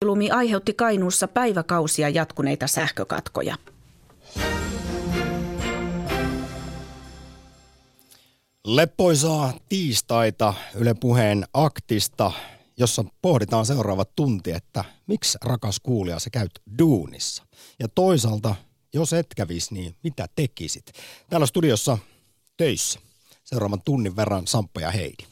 Lumi aiheutti Kainuussa päiväkausia jatkuneita sähkökatkoja. Leppoisaa tiistaita Yle Puheen aktista, jossa pohditaan seuraavat tunti, että miksi rakas kuulija sä käyt duunissa. Ja toisaalta, jos et kävisi, niin mitä tekisit? Täällä studiossa töissä seuraavan tunnin verran Samppa ja Heidi.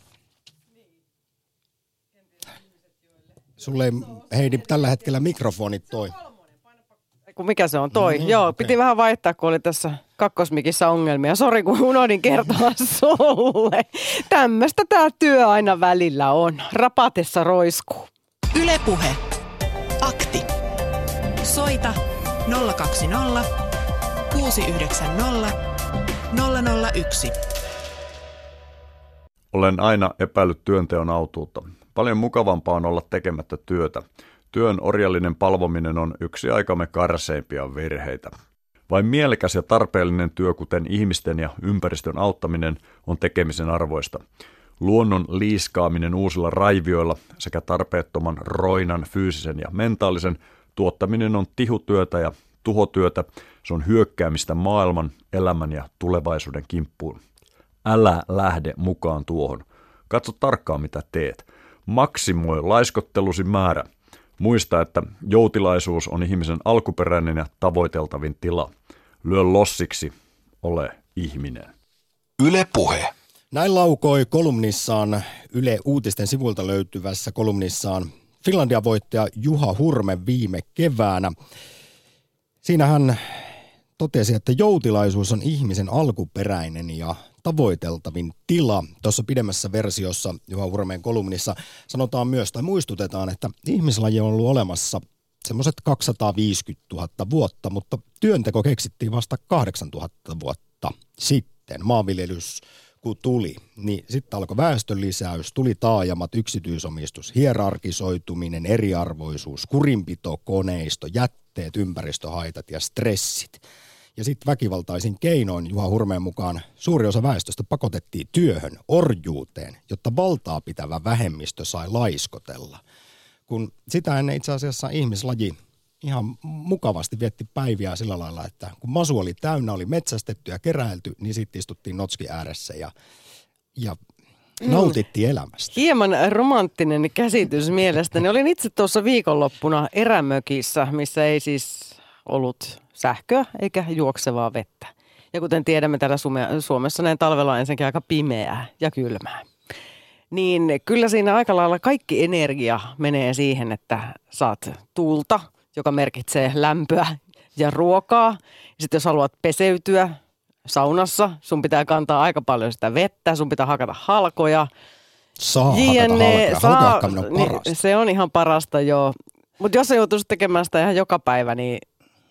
Sulle ei, Heidi, tällä hetkellä mikrofonit toi. Mikä se on toi? Joo, okay. Piti vähän vaihtaa, kun oli tässä kakkosmikissä ongelmia. Sori, kun unohdin kertoa sulle. Tämmöistä tää työ aina välillä on. Rapatessa roiskuu. Yle Puhe. Akti. Soita 020 690 001. Olen aina epäillyt työnteon autuutta. Paljon mukavampaa on olla tekemättä työtä. Työn orjallinen palvominen on yksi aikamme karseimpia virheitä. Vain mielekäs ja tarpeellinen työ, kuten ihmisten ja ympäristön auttaminen, on tekemisen arvoista. Luonnon liiskaaminen uusilla raivioilla sekä tarpeettoman roinan fyysisen ja mentaalisen tuottaminen on tihutyötä ja tuhotyötä. Se on hyökkäämistä maailman, elämän ja tulevaisuuden kimppuun. Älä lähde mukaan tuohon. Katso tarkkaan, mitä teet. Maksimoi laiskottelusi määrä. Muista, että joutilaisuus on ihmisen alkuperäinen ja tavoiteltavin tila. Lyö lossiksi, ole ihminen. Yle Puhe. Näin laukoi kolumnissaan Yle Uutisten sivulta löytyvässä kolumnissaan Finlandia-voittaja Juha Hurme viime keväänä. Siinä hän totesi, että joutilaisuus on ihmisen alkuperäinen ja tavoiteltavin tila. Tuossa pidemmässä versiossa Juha Hurmeen kolumnissa sanotaan myös tai muistutetaan, että ihmislaji on ollut olemassa semmoiset 250 000 vuotta, mutta työnteko keksittiin vasta 8000 vuotta sitten. Maanviljelys kun tuli, niin sitten alkoi väestön lisäys, tuli taajamat, yksityisomistus, hierarkisoituminen, eriarvoisuus, kurinpitokoneisto, jätteet, ympäristöhaitat ja stressit. Ja sitten väkivaltaisin keinoin Juha Hurmeen mukaan suuri osa väestöstä pakotettiin työhön, orjuuteen, jotta valtaa pitävä vähemmistö sai laiskotella. Kun sitä ennen itse asiassa ihmislaji ihan mukavasti vietti päiviä sillä lailla, että kun masu oli täynnä, oli metsästetty ja keräilty, niin sitten istuttiin notski ääressä ja nautittiin elämästä. Hieman romanttinen käsitys mielestäni. Olin itse tuossa viikonloppuna erämökissä, missä ei siis ollut sähköä eikä juoksevaa vettä. Ja kuten tiedämme täällä Suomessa näin talvella on ensinnäkin aika pimeää ja kylmää. Niin kyllä siinä aika lailla kaikki energia menee siihen, että saat tuulta, joka merkitsee lämpöä ja ruokaa. Sitten jos haluat peseytyä saunassa, sun pitää kantaa aika paljon sitä vettä, sun pitää hakata halkoja. Saa hakata halkoja, on parasta. Se on ihan parasta, joo. Mutta jos sä joutuisit tekemään sitä ihan joka päivä, niin.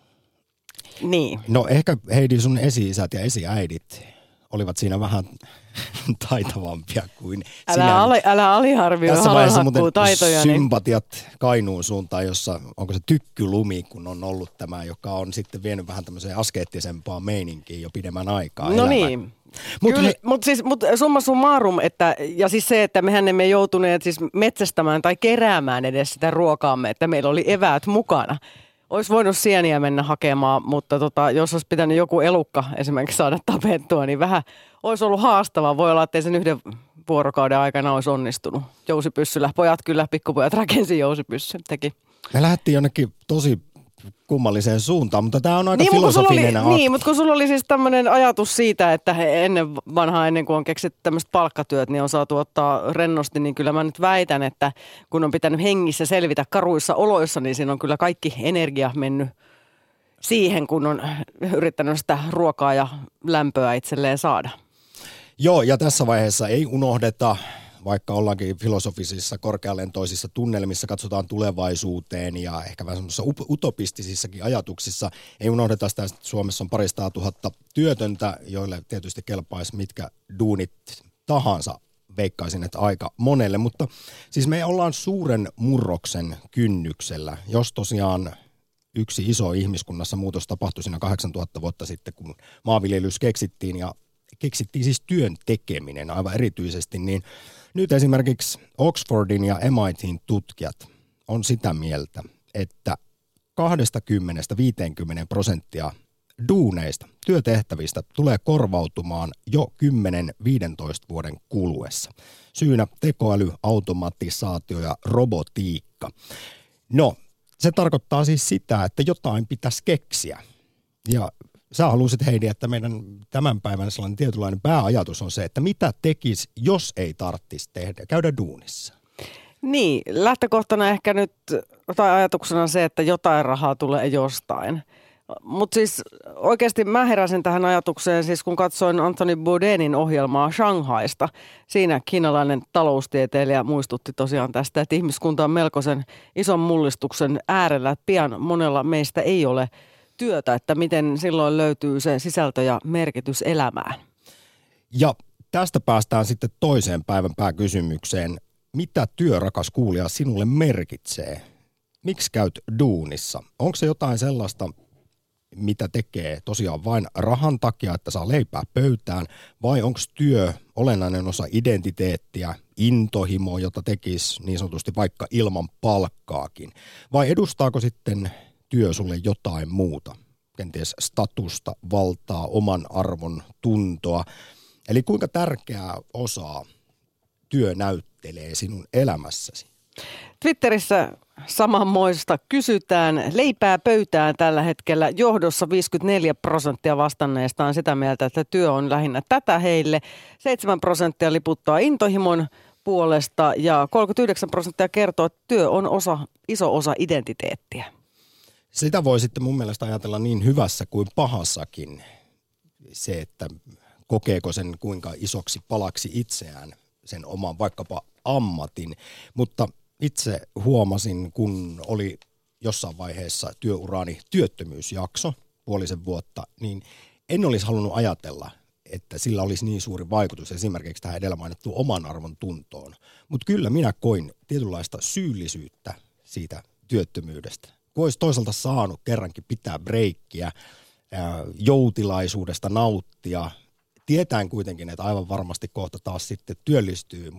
No ehkä Heidi sun esi-isät ja esiäidit olivat siinä vähän taitavampia kuin sinä. Älä aliarvioi halonhakkuutaitoja. Sympatiat Kainuun suuntaan, jossa onko se tykkylumi, kun on ollut tämä, joka on sitten vienyt vähän tämmöiseen askeettisempaan meininkiin jo pidemmän aikaa. No niin. Mutta summa summarum, että, ja siis se, että mehän emme joutuneet siis metsästämään tai keräämään edes sitä ruokaamme, että meillä oli eväät mukana. Olisi voinut sieniä mennä hakemaan, mutta jos olisi pitänyt joku elukka esimerkiksi saada tapettua, niin vähän olisi ollut haastavaa. Voi olla, että ei sen yhden vuorokauden aikana olisi onnistunut jousipyssyllä. Pikkupojat rakensi jousipyssyn, teki. Me lähdettiin jonnekin tosi kummalliseen suuntaan, mutta tämä on aika filosofinen akti. Niin, mutta kun sulla oli siis tämmöinen ajatus siitä, että ennen kuin on keksitty tämmöiset palkkatyöt, niin on saatu ottaa rennosti, niin kyllä mä nyt väitän, että kun on pitänyt hengissä selvitä karuissa oloissa, niin siinä on kyllä kaikki energia mennyt siihen, kun on yrittänyt sitä ruokaa ja lämpöä itselleen saada. Joo, ja tässä vaiheessa ei unohdeta, vaikka ollaankin filosofisissa korkealentoisissa tunnelmissa, katsotaan tulevaisuuteen ja ehkä vähän semmoisissa utopistisissakin ajatuksissa. Ei unohdeta sitä, että Suomessa on 200 000 työtöntä, joille tietysti kelpaisi mitkä duunit tahansa. Veikkaisin, että aika monelle, mutta siis me ollaan suuren murroksen kynnyksellä, jos tosiaan yksi iso ihmiskunnassa muutos tapahtui siinä 8000 vuotta sitten, kun maanviljelys keksittiin ja keksittiin siis työn tekeminen aivan erityisesti, niin nyt esimerkiksi Oxfordin ja MITin tutkijat on sitä mieltä, että 20-50% duuneista, työtehtävistä tulee korvautumaan jo 10-15 vuoden kuluessa. Syynä tekoäly, automatisaatio ja robotiikka. No, se tarkoittaa siis sitä, että jotain pitäisi keksiä. Ja sä halusit, Heidi, että meidän tämän päivän sellainen tietynlainen pääajatus on se, että mitä tekisi, jos ei tarvitsisi käydä duunissa? Niin, lähtökohtana ehkä nyt, tai ajatuksena se, että jotain rahaa tulee jostain. Mutta siis oikeasti mä heräsin tähän ajatukseen, siis kun katsoin Anthony Bourdainin ohjelmaa Shanghaista. Siinä kiinalainen taloustieteilijä muistutti tosiaan tästä, että ihmiskunta on melkoisen ison mullistuksen äärellä, että pian monella meistä ei ole työtä, että miten silloin löytyy se sisältö ja merkitys elämään. Ja tästä päästään sitten toiseen päivän pääkysymykseen. Mitä työ, rakas kuulija, sinulle merkitsee? Miksi käyt duunissa? Onko se jotain sellaista, mitä tekee tosiaan vain rahan takia, että saa leipää pöytään, vai onko työ olennainen osa identiteettiä, intohimoa, jota tekisi niin sanotusti vaikka ilman palkkaakin? Vai edustaako sitten työ sulle jotain muuta, kenties statusta, valtaa, oman arvon tuntoa? Eli kuinka tärkeää osaa työ näyttelee sinun elämässäsi? Twitterissä samanmoista kysytään. Leipää pöytään tällä hetkellä johdossa 54% vastanneista on sitä mieltä, että työ on lähinnä tätä heille. 7% liputtaa intohimon puolesta ja 39% kertoo, että työ on iso osa identiteettiä. Sitä voi sitten mun mielestä ajatella niin hyvässä kuin pahassakin. Se, että kokeeko sen kuinka isoksi palaksi itseään sen oman vaikkapa ammatin, mutta itse huomasin, kun oli jossain vaiheessa työurani työttömyysjakso, puolisen vuotta, niin en olisi halunnut ajatella, että sillä olisi niin suuri vaikutus esimerkiksi tähän edellä mainittuun oman arvon tuntoon. Mutta kyllä minä koin tietynlaista syyllisyyttä siitä työttömyydestä. Kun olisi toisaalta saanut kerrankin pitää breikkiä, joutilaisuudesta nauttia, tietäen kuitenkin, että aivan varmasti kohta taas sitten työllistyy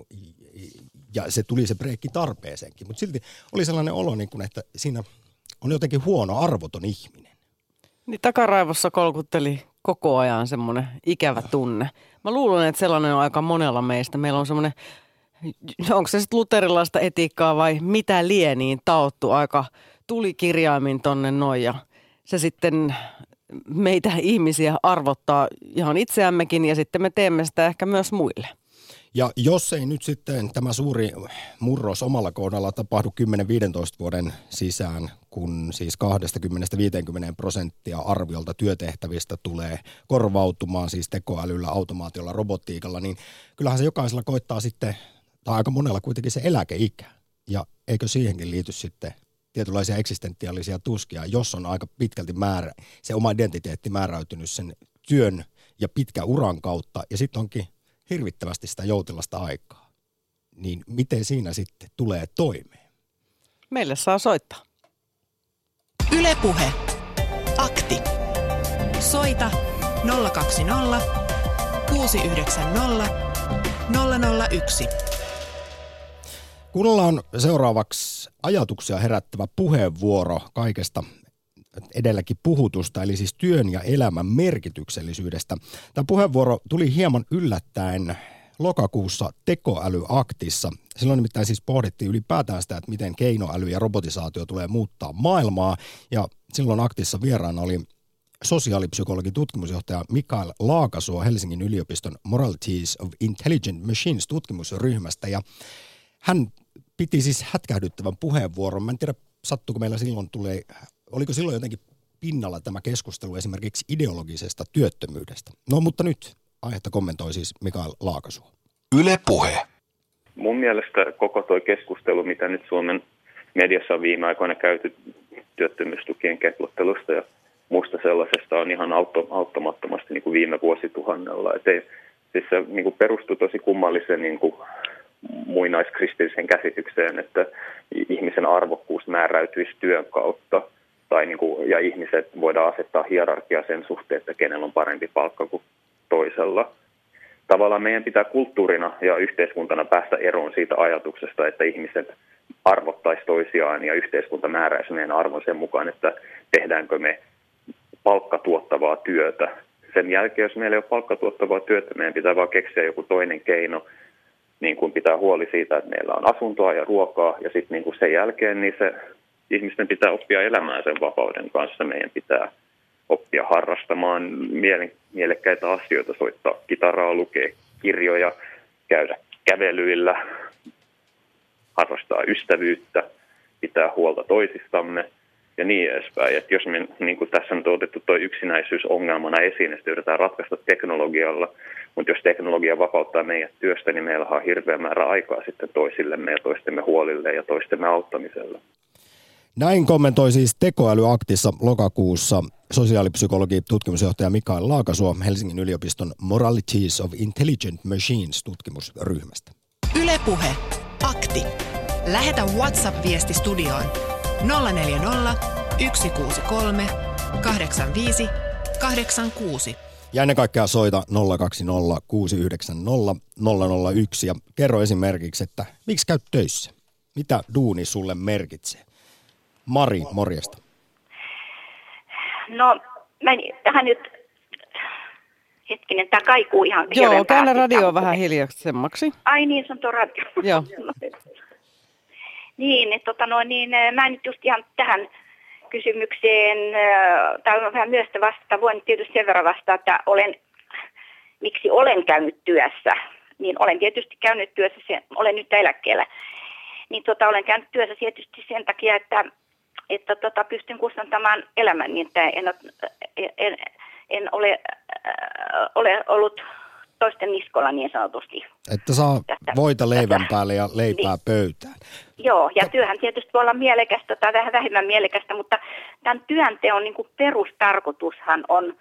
ja se tuli se breikki tarpeeseenkin. Mutta silti oli sellainen olo, niin kuin, että siinä on jotenkin huono, arvoton ihminen. Niin takaraivossa kolkutteli koko ajan semmoinen ikävä tunne. Mä luulen, että sellainen on aika monella meistä. Meillä on semmoinen, onko se sitten luterilaista etiikkaa vai mitä lieniin taottu aika tulikirjaimin tonne noin. Ja se sitten meitä ihmisiä arvottaa ihan itseämmekin ja sitten me teemme sitä ehkä myös muille. Ja jos ei nyt sitten tämä suuri murros omalla kohdalla tapahdu 10-15 vuoden sisään, kun siis 20-50% arviolta työtehtävistä tulee korvautumaan siis tekoälyllä, automaatiolla, robotiikalla, niin kyllähän se jokaisella koittaa sitten, tai aika monella kuitenkin se eläkeikä. Ja eikö siihenkin liity sitten tietynlaisia eksistentiaalisia tuskia, jos on aika pitkälti se oma identiteetti määräytynyt sen työn ja pitkän uran kautta, ja sitten onkin hirvittävästi sitä joutilasta aikaa. Niin miten siinä sitten tulee toimeen? Meille saa soittaa. Yle Puhe. Akti. Soita 020 690 001. Kuunnellaan seuraavaksi ajatuksia herättävä puheenvuoro kaikesta edelläkin puhutusta, eli siis työn ja elämän merkityksellisyydestä. Tämä puheenvuoro tuli hieman yllättäen lokakuussa tekoälyaktissa. Silloin nimittäin siis pohdittiin ylipäätään sitä, että miten keinoäly ja robotisaatio tulee muuttaa maailmaa. Ja silloin aktissa vieraana oli sosiaalipsykologin tutkimusjohtaja Mikael Laakasuo Helsingin yliopiston Moralities of Intelligent Machines -tutkimusryhmästä. Ja hän piti siis hätkähdyttävän puheenvuoron. Mä en tiedä, sattuiko meillä silloin oliko silloin jotenkin pinnalla tämä keskustelu esimerkiksi ideologisesta työttömyydestä. No mutta nyt aihetta kommentoi siis Mikael Laakasuo. Yle Puhe. Mun mielestä koko tuo keskustelu, mitä nyt Suomen mediassa on viime aikoina käyty työttömyystukien keplottelusta ja muusta sellaisesta, on ihan auttamattomasti niin kuin viime vuosituhannella. Siis se niin kuin perustuu tosi kummalliseen niin kuin muinaiskristilliseen käsitykseen, että ihmisen arvokkuus määräytyisi työn kautta. Ja ihmiset voidaan asettaa hierarkia sen suhteen, että kenellä on parempi palkka kuin toisella. Tavallaan meidän pitää kulttuurina ja yhteiskuntana päästä eroon siitä ajatuksesta, että ihmiset arvottaisi toisiaan ja yhteiskunta määräisi meidän arvon sen mukaan, että tehdäänkö me palkkatuottavaa työtä. Sen jälkeen, jos meillä ei ole palkkatuottavaa työtä, meidän pitää vaan keksiä joku toinen keino, niin kuin pitää huoli siitä, että meillä on asuntoa ja ruokaa, ja sitten niin kuin sen jälkeen niin se, ihmisten pitää oppia elämään sen vapauden kanssa. Meidän pitää oppia harrastamaan mielekkäitä asioita, soittaa kitaraa, lukea kirjoja, käydä kävelyillä, harrastaa ystävyyttä, pitää huolta toisistamme ja niin edespäin. Et jos me, niin kuin tässä on otettu tuo yksinäisyys ongelmana esiin, että yritetään ratkaista teknologialla, mutta jos teknologia vapauttaa meidät työstä, niin meillä on hirveä määrä aikaa sitten toisillemme ja toistemme huolille ja toistemme auttamiselle. Näin kommentoi siis Tekoälyaktissa lokakuussa sosiaalipsykologi tutkimusjohtaja Mikael Laakasuo Helsingin yliopiston Moralities of Intelligent Machines -tutkimusryhmästä. Yle Puhe. Akti. Lähetä WhatsApp-viesti studioon 040 163 85 86. Ja ennen kaikkea soita 020 690 001 ja kerro esimerkiksi, että miksi käyt töissä? Mitä duuni sulle merkitsee? Mari, morjesta. No, mä tähän nyt, hetkinen, tämä kaikuu ihan Joo, käännä radio vähän hiljaisemmaksi. Ai niin, se on tuo radio. Joo. Niin, mä nyt just ihan tähän kysymykseen, tai on vähän myöstä vastata, voin tietysti sen verran vastata, että miksi olen käynyt työssä, niin olen tietysti käynyt työssä, olen nyt eläkkeellä, niin olen käynyt työssä tietysti sen takia, että pystyn kustantamaan elämän, niin että en ole ollut toisten niskolla niin sanotusti. Että saa voita leivän päälle ja leipää niin pöytään. Joo, ja työhän tietysti voi olla mielekästä tai vähän vähemmän mielekästä, mutta tämän työnteon niin kuin perustarkoitushan on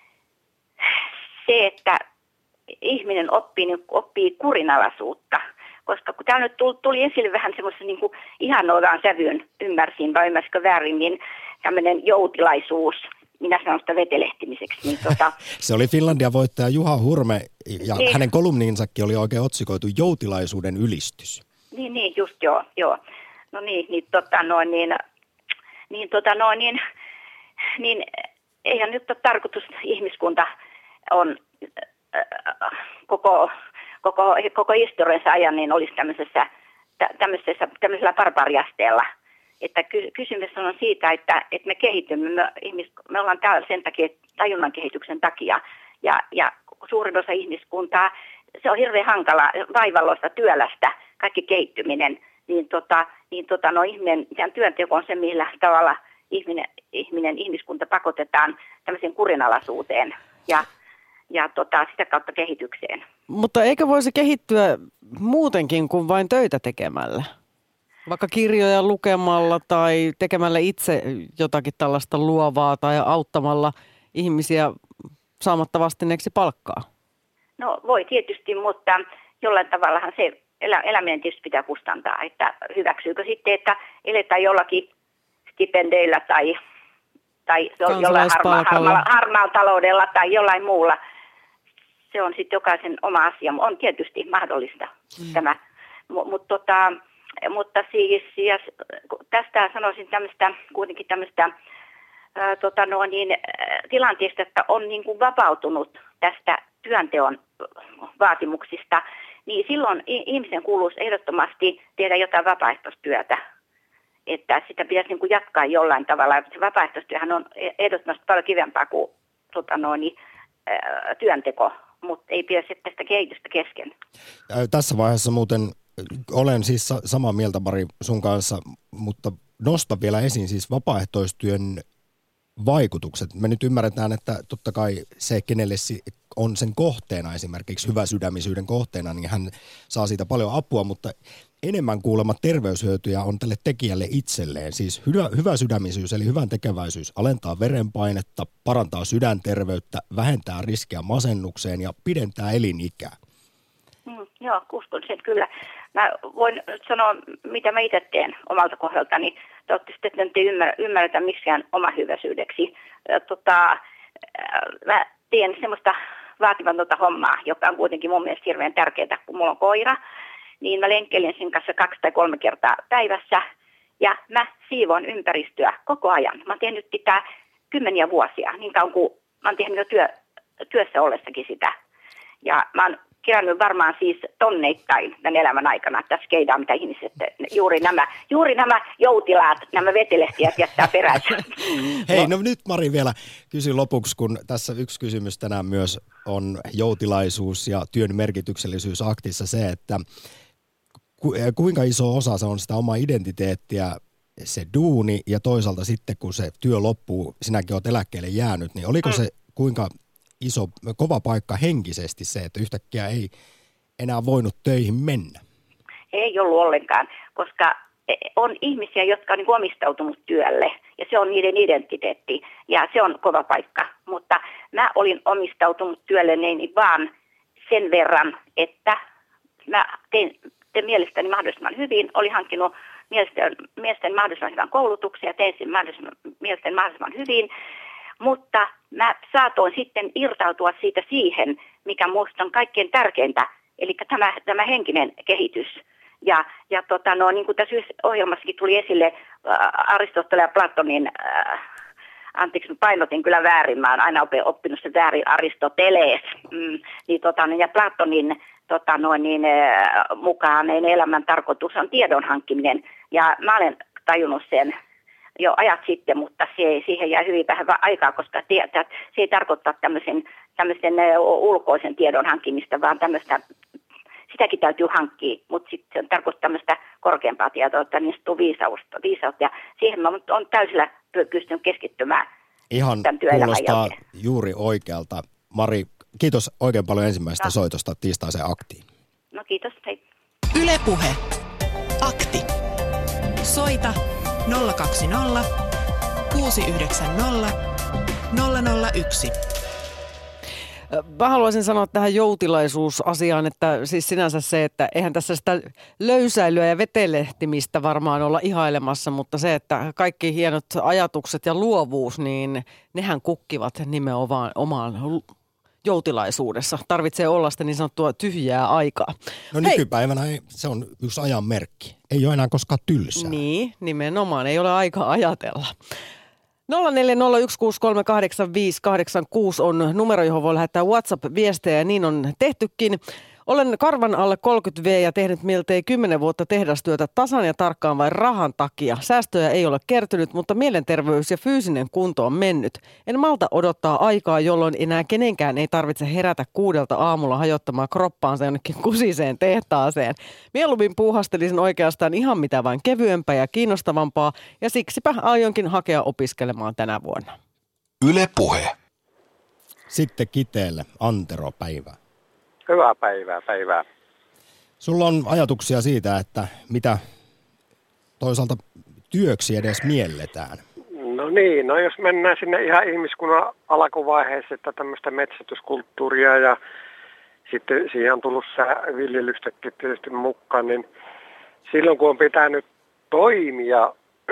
se, että ihminen oppii kurinalaisuutta. Koska kun täällä nyt tuli esille vähän semmoisen niin kuin ihanoivaan sävyyn, ymmärsikö väärin, niin tämmöinen joutilaisuus, minä sanon sitä vetelehtimiseksi. Niin Se oli Finlandia voittaja Juha Hurme, ja niin, hänen kolumniinsakin oli oikein otsikoitu joutilaisuuden ylistys. Niin, just joo. No niin eihän nyt ole tarkoitus, ihmiskunta on koko historiansa ajan niin olisi tämmöisellä barbariasteella. Että kysymys on siitä, että me kehitymme, me ollaan täällä sen takia, tajunnan kehityksen takia, ja suurin osa ihmiskuntaa, se on hirveän hankala, vaivalloista, työlästä, kaikki kehittyminen, ihminen työnteko on se, millä tavalla ihmiskunta pakotetaan tämmöiseen kurinalaisuuteen ja sitä kautta kehitykseen. Mutta eikö voisi kehittyä muutenkin kuin vain töitä tekemällä? Vaikka kirjoja lukemalla tai tekemällä itse jotakin tällaista luovaa tai auttamalla ihmisiä saamatta vastineeksi palkkaa? No voi tietysti, mutta jollain tavallahan se eläminen tietysti pitää kustantaa. Että hyväksyykö sitten, että eletään jollakin stipendeillä tai jollain harmaalla taloudella tai jollain muulla. Se on sitten jokaisen oma asia. On tietysti mahdollista tämä, mutta siis tästä sanoisin kuitenkin tämmöistä tilanteesta, että on niin kuin vapautunut tästä työnteon vaatimuksista, niin silloin ihmisen kuuluisi ehdottomasti tehdä jotain vapaaehtoistyötä. Että sitä pitäisi niin kuin jatkaa jollain tavalla. Se vapaaehtoistyöhän on ehdottomasti paljon kivempaa kuin työnteko, mutta ei pidä sitten sitä kehitystä kesken. Tässä vaiheessa muuten olen siis samaa mieltä, Mari, sun kanssa, mutta nosta vielä esiin siis vapaaehtoistyön vaikutukset. Me nyt ymmärretään, että totta kai se, kenelle on sen kohteena esimerkiksi hyväsydämisyyden kohteena, niin hän saa siitä paljon apua, mutta enemmän kuulemma terveyshyötyjä on tälle tekijälle itselleen. Siis hyväsydämisyys eli hyvän tekeväisyys alentaa verenpainetta, parantaa sydänterveyttä, vähentää riskiä masennukseen ja pidentää elinikää. Joo, uskon sen kyllä. Mä voin sanoa, mitä mä itse teen omalta kohdaltani. Toivottavasti, että nyt ei ymmärretä miksikään oma hyväisyydeksi. Mä teen semmoista vaatimatonta hommaa, joka on kuitenkin mun mielestä hirveän tärkeää, kun mulla on koira. niin mä lenkkeilen sen kanssa 2 tai 3 kertaa päivässä ja mä siivoan ympäristöä koko ajan. Mä oon tehnyt sitä 10 vuosia, niin kauan kuin mä oon tehnyt jo työssä ollessakin sitä. Ja mä oon kirjannut varmaan siis tonneittain tämän elämän aikana, että tässä keidaan mitä ihmiset, juuri nämä joutilaat, nämä vetelehtijät jättää perässä. Hei, no nyt Mari vielä kysyn lopuksi, kun tässä yksi kysymys tänään myös on joutilaisuus ja työn merkityksellisyys aktissa se, että kuinka iso osa se on sitä omaa identiteettiä, se duuni ja toisaalta sitten kun se työ loppuu, sinäkin olet eläkkeelle jäänyt, niin oliko se kuinka kova paikka henkisesti se, että yhtäkkiä ei enää voinut töihin mennä? Ei ollut ollenkaan, koska on ihmisiä, jotka on niin omistautunut työlle ja se on niiden identiteetti ja se on kova paikka. Mutta mä olin omistautunut työlle niin vaan sen verran, että mä tein mielestäni mahdollisimman hyvin, olin hankkinut mielestäni mahdollisimman hyvän koulutuksen ja tein sen mielestäni mahdollisimman hyvin. Mutta mä saatoin sitten irtautua siitä siihen, mikä minusta on kaikkein tärkeintä, eli tämä henkinen kehitys. Ja niin kuin tässä ohjelmassakin tuli esille Aristoteleen ja Platonin, anteeksi painotin kyllä väärin, mä oon aina oppinut sen väärin, Aristoteles, ja Platonin mukaan elämän tarkoitus on tiedon hankkiminen. Ja mä olen tajunnut sen jo ajat sitten, mutta siihen jää hyvin vähän aikaa, koska se ei tarkoita tämmöisen ulkoisen tiedon hankkimista, vaan sitäkin täytyy hankkia, mutta sitten se tarkoittaa tämmöistä korkeampaa tietoa, että niistä tulee viisautta. Ja siihen mä olen täysillä pystynyt keskittymään ihan tämän työelämän kuulostaa jälkeen. Juuri oikealta. Mari, kiitos oikein paljon ensimmäisestä soitosta tiistaiseen aktiin. No kiitos, hei. Yle Puhe. Akti. Soita 020 690 001. Mä haluaisin sanoa tähän joutilaisuusasiaan, että siis sinänsä se, että eihän tässä sitä löysäilyä ja vetelehtimistä varmaan olla ihailemassa, mutta se, että kaikki hienot ajatukset ja luovuus, niin nehän kukkivat nimenomaan omaan joutilaisuudessa. Tarvitsee olla sitä niin sanottua tyhjää aikaa. No nykypäivänä se on yksi ajan merkki. Ei ole enää koskaan tylsää. Niin, nimenomaan. Ei ole aika ajatella. 0401638586 on numero, johon voi lähettää WhatsApp-viestejä ja niin on tehtykin. Olen karvan alle 30V ja tehnyt miltei 10 vuotta tehdastyötä tasan ja tarkkaan vain rahan takia. Säästöjä ei ole kertynyt, mutta mielenterveys ja fyysinen kunto on mennyt. En malta odottaa aikaa, jolloin enää kenenkään ei tarvitse herätä 6 aamulla hajottamaan kroppaansa jonnekin kusiseen tehtaaseen. Mieluummin puuhastelisin oikeastaan ihan mitä vain kevyempää ja kiinnostavampaa ja siksipä aionkin hakea opiskelemaan tänä vuonna. Yle Puhe. Sitten Kiteelle Antero, päivää. Hyvää päivää. Sulla on ajatuksia siitä, että mitä toisaalta työksi edes mielletään? No jos mennään sinne ihan ihmiskunnan alkuvaiheessa, että tämmöistä metsätyskulttuuria ja sitten siihen on tullut viljelystäkin tietysti mukaan, niin silloin kun on pitänyt toimia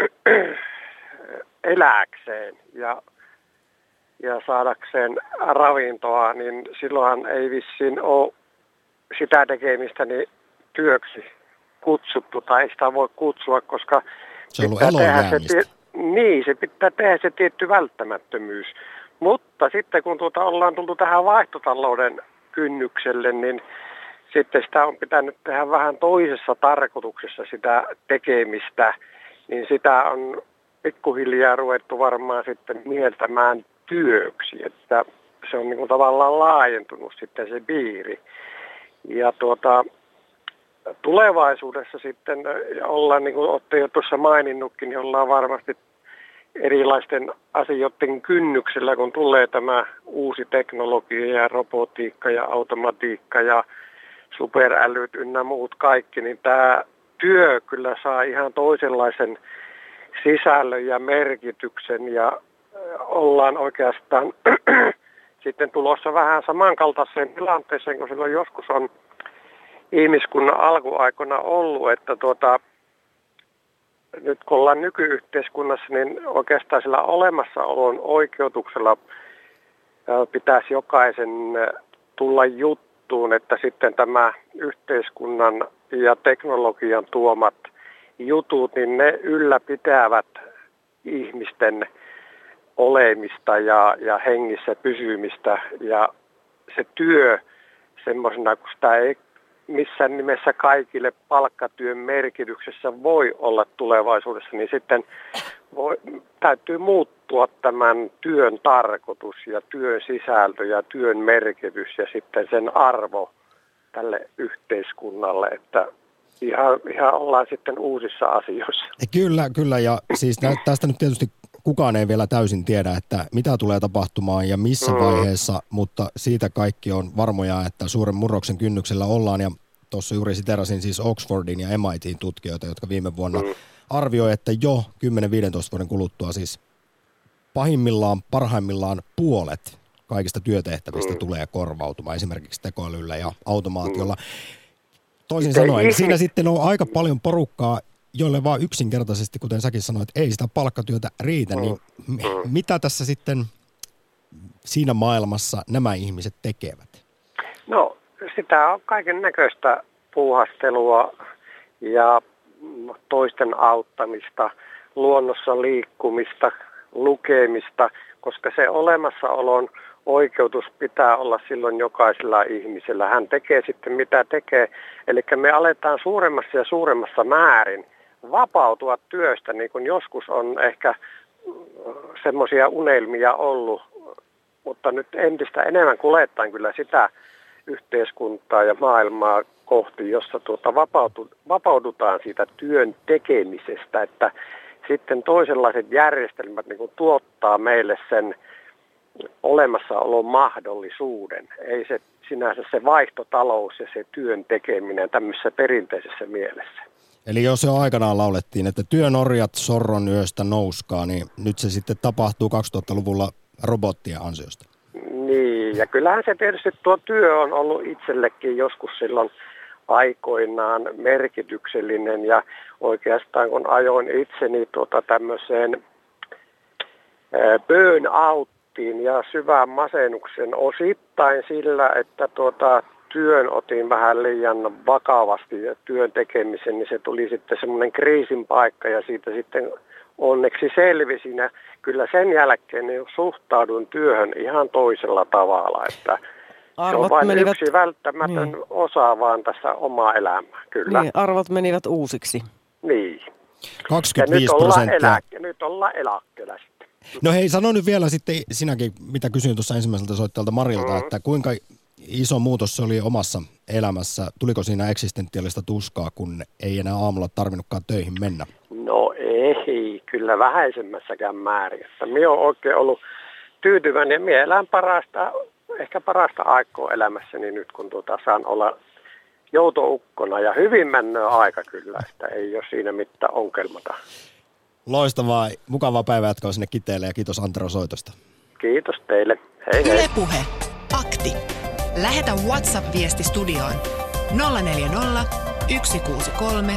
eläkseen ja saadakseen ravintoa, niin silloinhan ei vissiin ole sitä tekemistä niin työksi kutsuttu, tai ei sitä voi kutsua, koska se on ollut elonjäämistä. Se pitää tehdä se tietty välttämättömyys. Mutta sitten kun ollaan tultu tähän vaihtotalouden kynnykselle, niin sitten sitä on pitänyt tehdä vähän toisessa tarkoituksessa sitä tekemistä, niin sitä on pikkuhiljaa ruvettu varmaan sitten mieltämään työksi, että se on niin kuin tavallaan laajentunut sitten se piiri. Ja tulevaisuudessa sitten ollaan, niin kuin olette jo tuossa maininnutkin, niin ollaan varmasti erilaisten asioiden kynnyksellä, kun tulee tämä uusi teknologia ja robotiikka ja automatiikka ja superälyt ynnä muut kaikki, niin tämä työ kyllä saa ihan toisenlaisen sisällön ja merkityksen ja ollaan oikeastaan sitten tulossa vähän samankaltaiseen tilanteeseen, kun silloin joskus on ihmiskunnan alkuaikoina ollut, että nyt kun ollaan nykyyhteiskunnassa, niin oikeastaan sillä olemassaolon oikeutuksella pitäisi jokaisen tulla juttuun, että sitten tämä yhteiskunnan ja teknologian tuomat jutut, niin ne ylläpitävät ihmisten olemista ja hengissä pysymistä. Ja se työ semmoisena, kun sitä ei missään nimessä kaikille palkkatyön merkityksessä voi olla tulevaisuudessa, niin sitten täytyy muuttua tämän työn tarkoitus ja työn sisältö ja työn merkitys ja sitten sen arvo tälle yhteiskunnalle, että ihan ollaan sitten uusissa asioissa. Kyllä, ja siis tästä nyt tietysti kukaan ei vielä täysin tiedä, että mitä tulee tapahtumaan ja missä vaiheessa, mutta siitä kaikki on varmoja, että suuren murroksen kynnyksellä ollaan, ja tuossa juuri siterasin siis Oxfordin ja MITin tutkijoita, jotka viime vuonna arvioi, että jo 10-15 vuoden kuluttua siis parhaimmillaan puolet kaikista työtehtävistä tulee korvautumaan esimerkiksi tekoälyllä ja automaatiolla. Toisin sanoen, siinä sitten on aika paljon porukkaa, joille vaan yksinkertaisesti, kuten säkin sanoit, ei sitä palkkatyötä riitä, niin mitä tässä sitten siinä maailmassa nämä ihmiset tekevät? No, sitä on kaiken näköistä puuhastelua ja toisten auttamista, luonnossa liikkumista, lukemista, koska se olemassaolon oikeutus pitää olla silloin jokaisella ihmisellä. Hän tekee sitten mitä tekee. Eli me aletaan suuremmassa ja suuremmassa määrin vapautua työstä, niin kuin joskus on ehkä semmoisia unelmia ollut, mutta nyt entistä enemmän kuljetaan kyllä sitä yhteiskuntaa ja maailmaa kohti, jossa vapaudutaan siitä työn tekemisestä, että sitten toisenlaiset järjestelmät niin kuin tuottaa meille sen olemassaolon mahdollisuuden. Ei se sinänsä se vaihtotalous ja se työn tekeminen tämmöisessä perinteisessä mielessä. Eli jos jo aikanaan laulettiin, että työnorjat sorron yöstä nouskaa, niin nyt se sitten tapahtuu 2000-luvulla robottien ansiosta. Niin, ja kyllähän se tietysti tuo työ on ollut itsellekin joskus silloin aikoinaan merkityksellinen, ja oikeastaan kun ajoin itseni tämmöiseen burnouttiin ja syvään masennuksen osittain sillä, että työn otin vähän liian vakavasti ja työn tekemisen, niin se tuli sitten semmoinen kriisin paikka ja siitä sitten onneksi selvisin. Ja kyllä sen jälkeen niin suhtaudun työhön ihan toisella tavalla, että se on vain yksi välttämätön osa vaan tässä omaa elämää, kyllä. Niin, arvot menivät uusiksi. Niin. 25%. Nyt ollaan eläkkeellä sitten. No hei, sano nyt vielä sitten sinäkin, mitä kysyin tuossa ensimmäiseltä soittajalta Marilta, että kuinka iso muutos se oli omassa elämässä? Tuliko siinä eksistentiaalista tuskaa, kun ei enää aamulla tarvinnutkaan töihin mennä? No ei, kyllä vähäisemmässäkään määrin. Minä olen oikein ollut tyytyväinen ja minä elän ehkä parasta aikaa elämässäni nyt, kun saan olla joutoukkona ja hyvin mennään aika kyllä, että ei ole siinä mitään ongelmata. Loistavaa, mukavaa päivää jatkoa sinne Kiteelle ja kiitos Antero soitosta. Kiitos teille. Hei hei. Yle Puhe. Akti. Lähetä WhatsApp-viesti studioon 040 163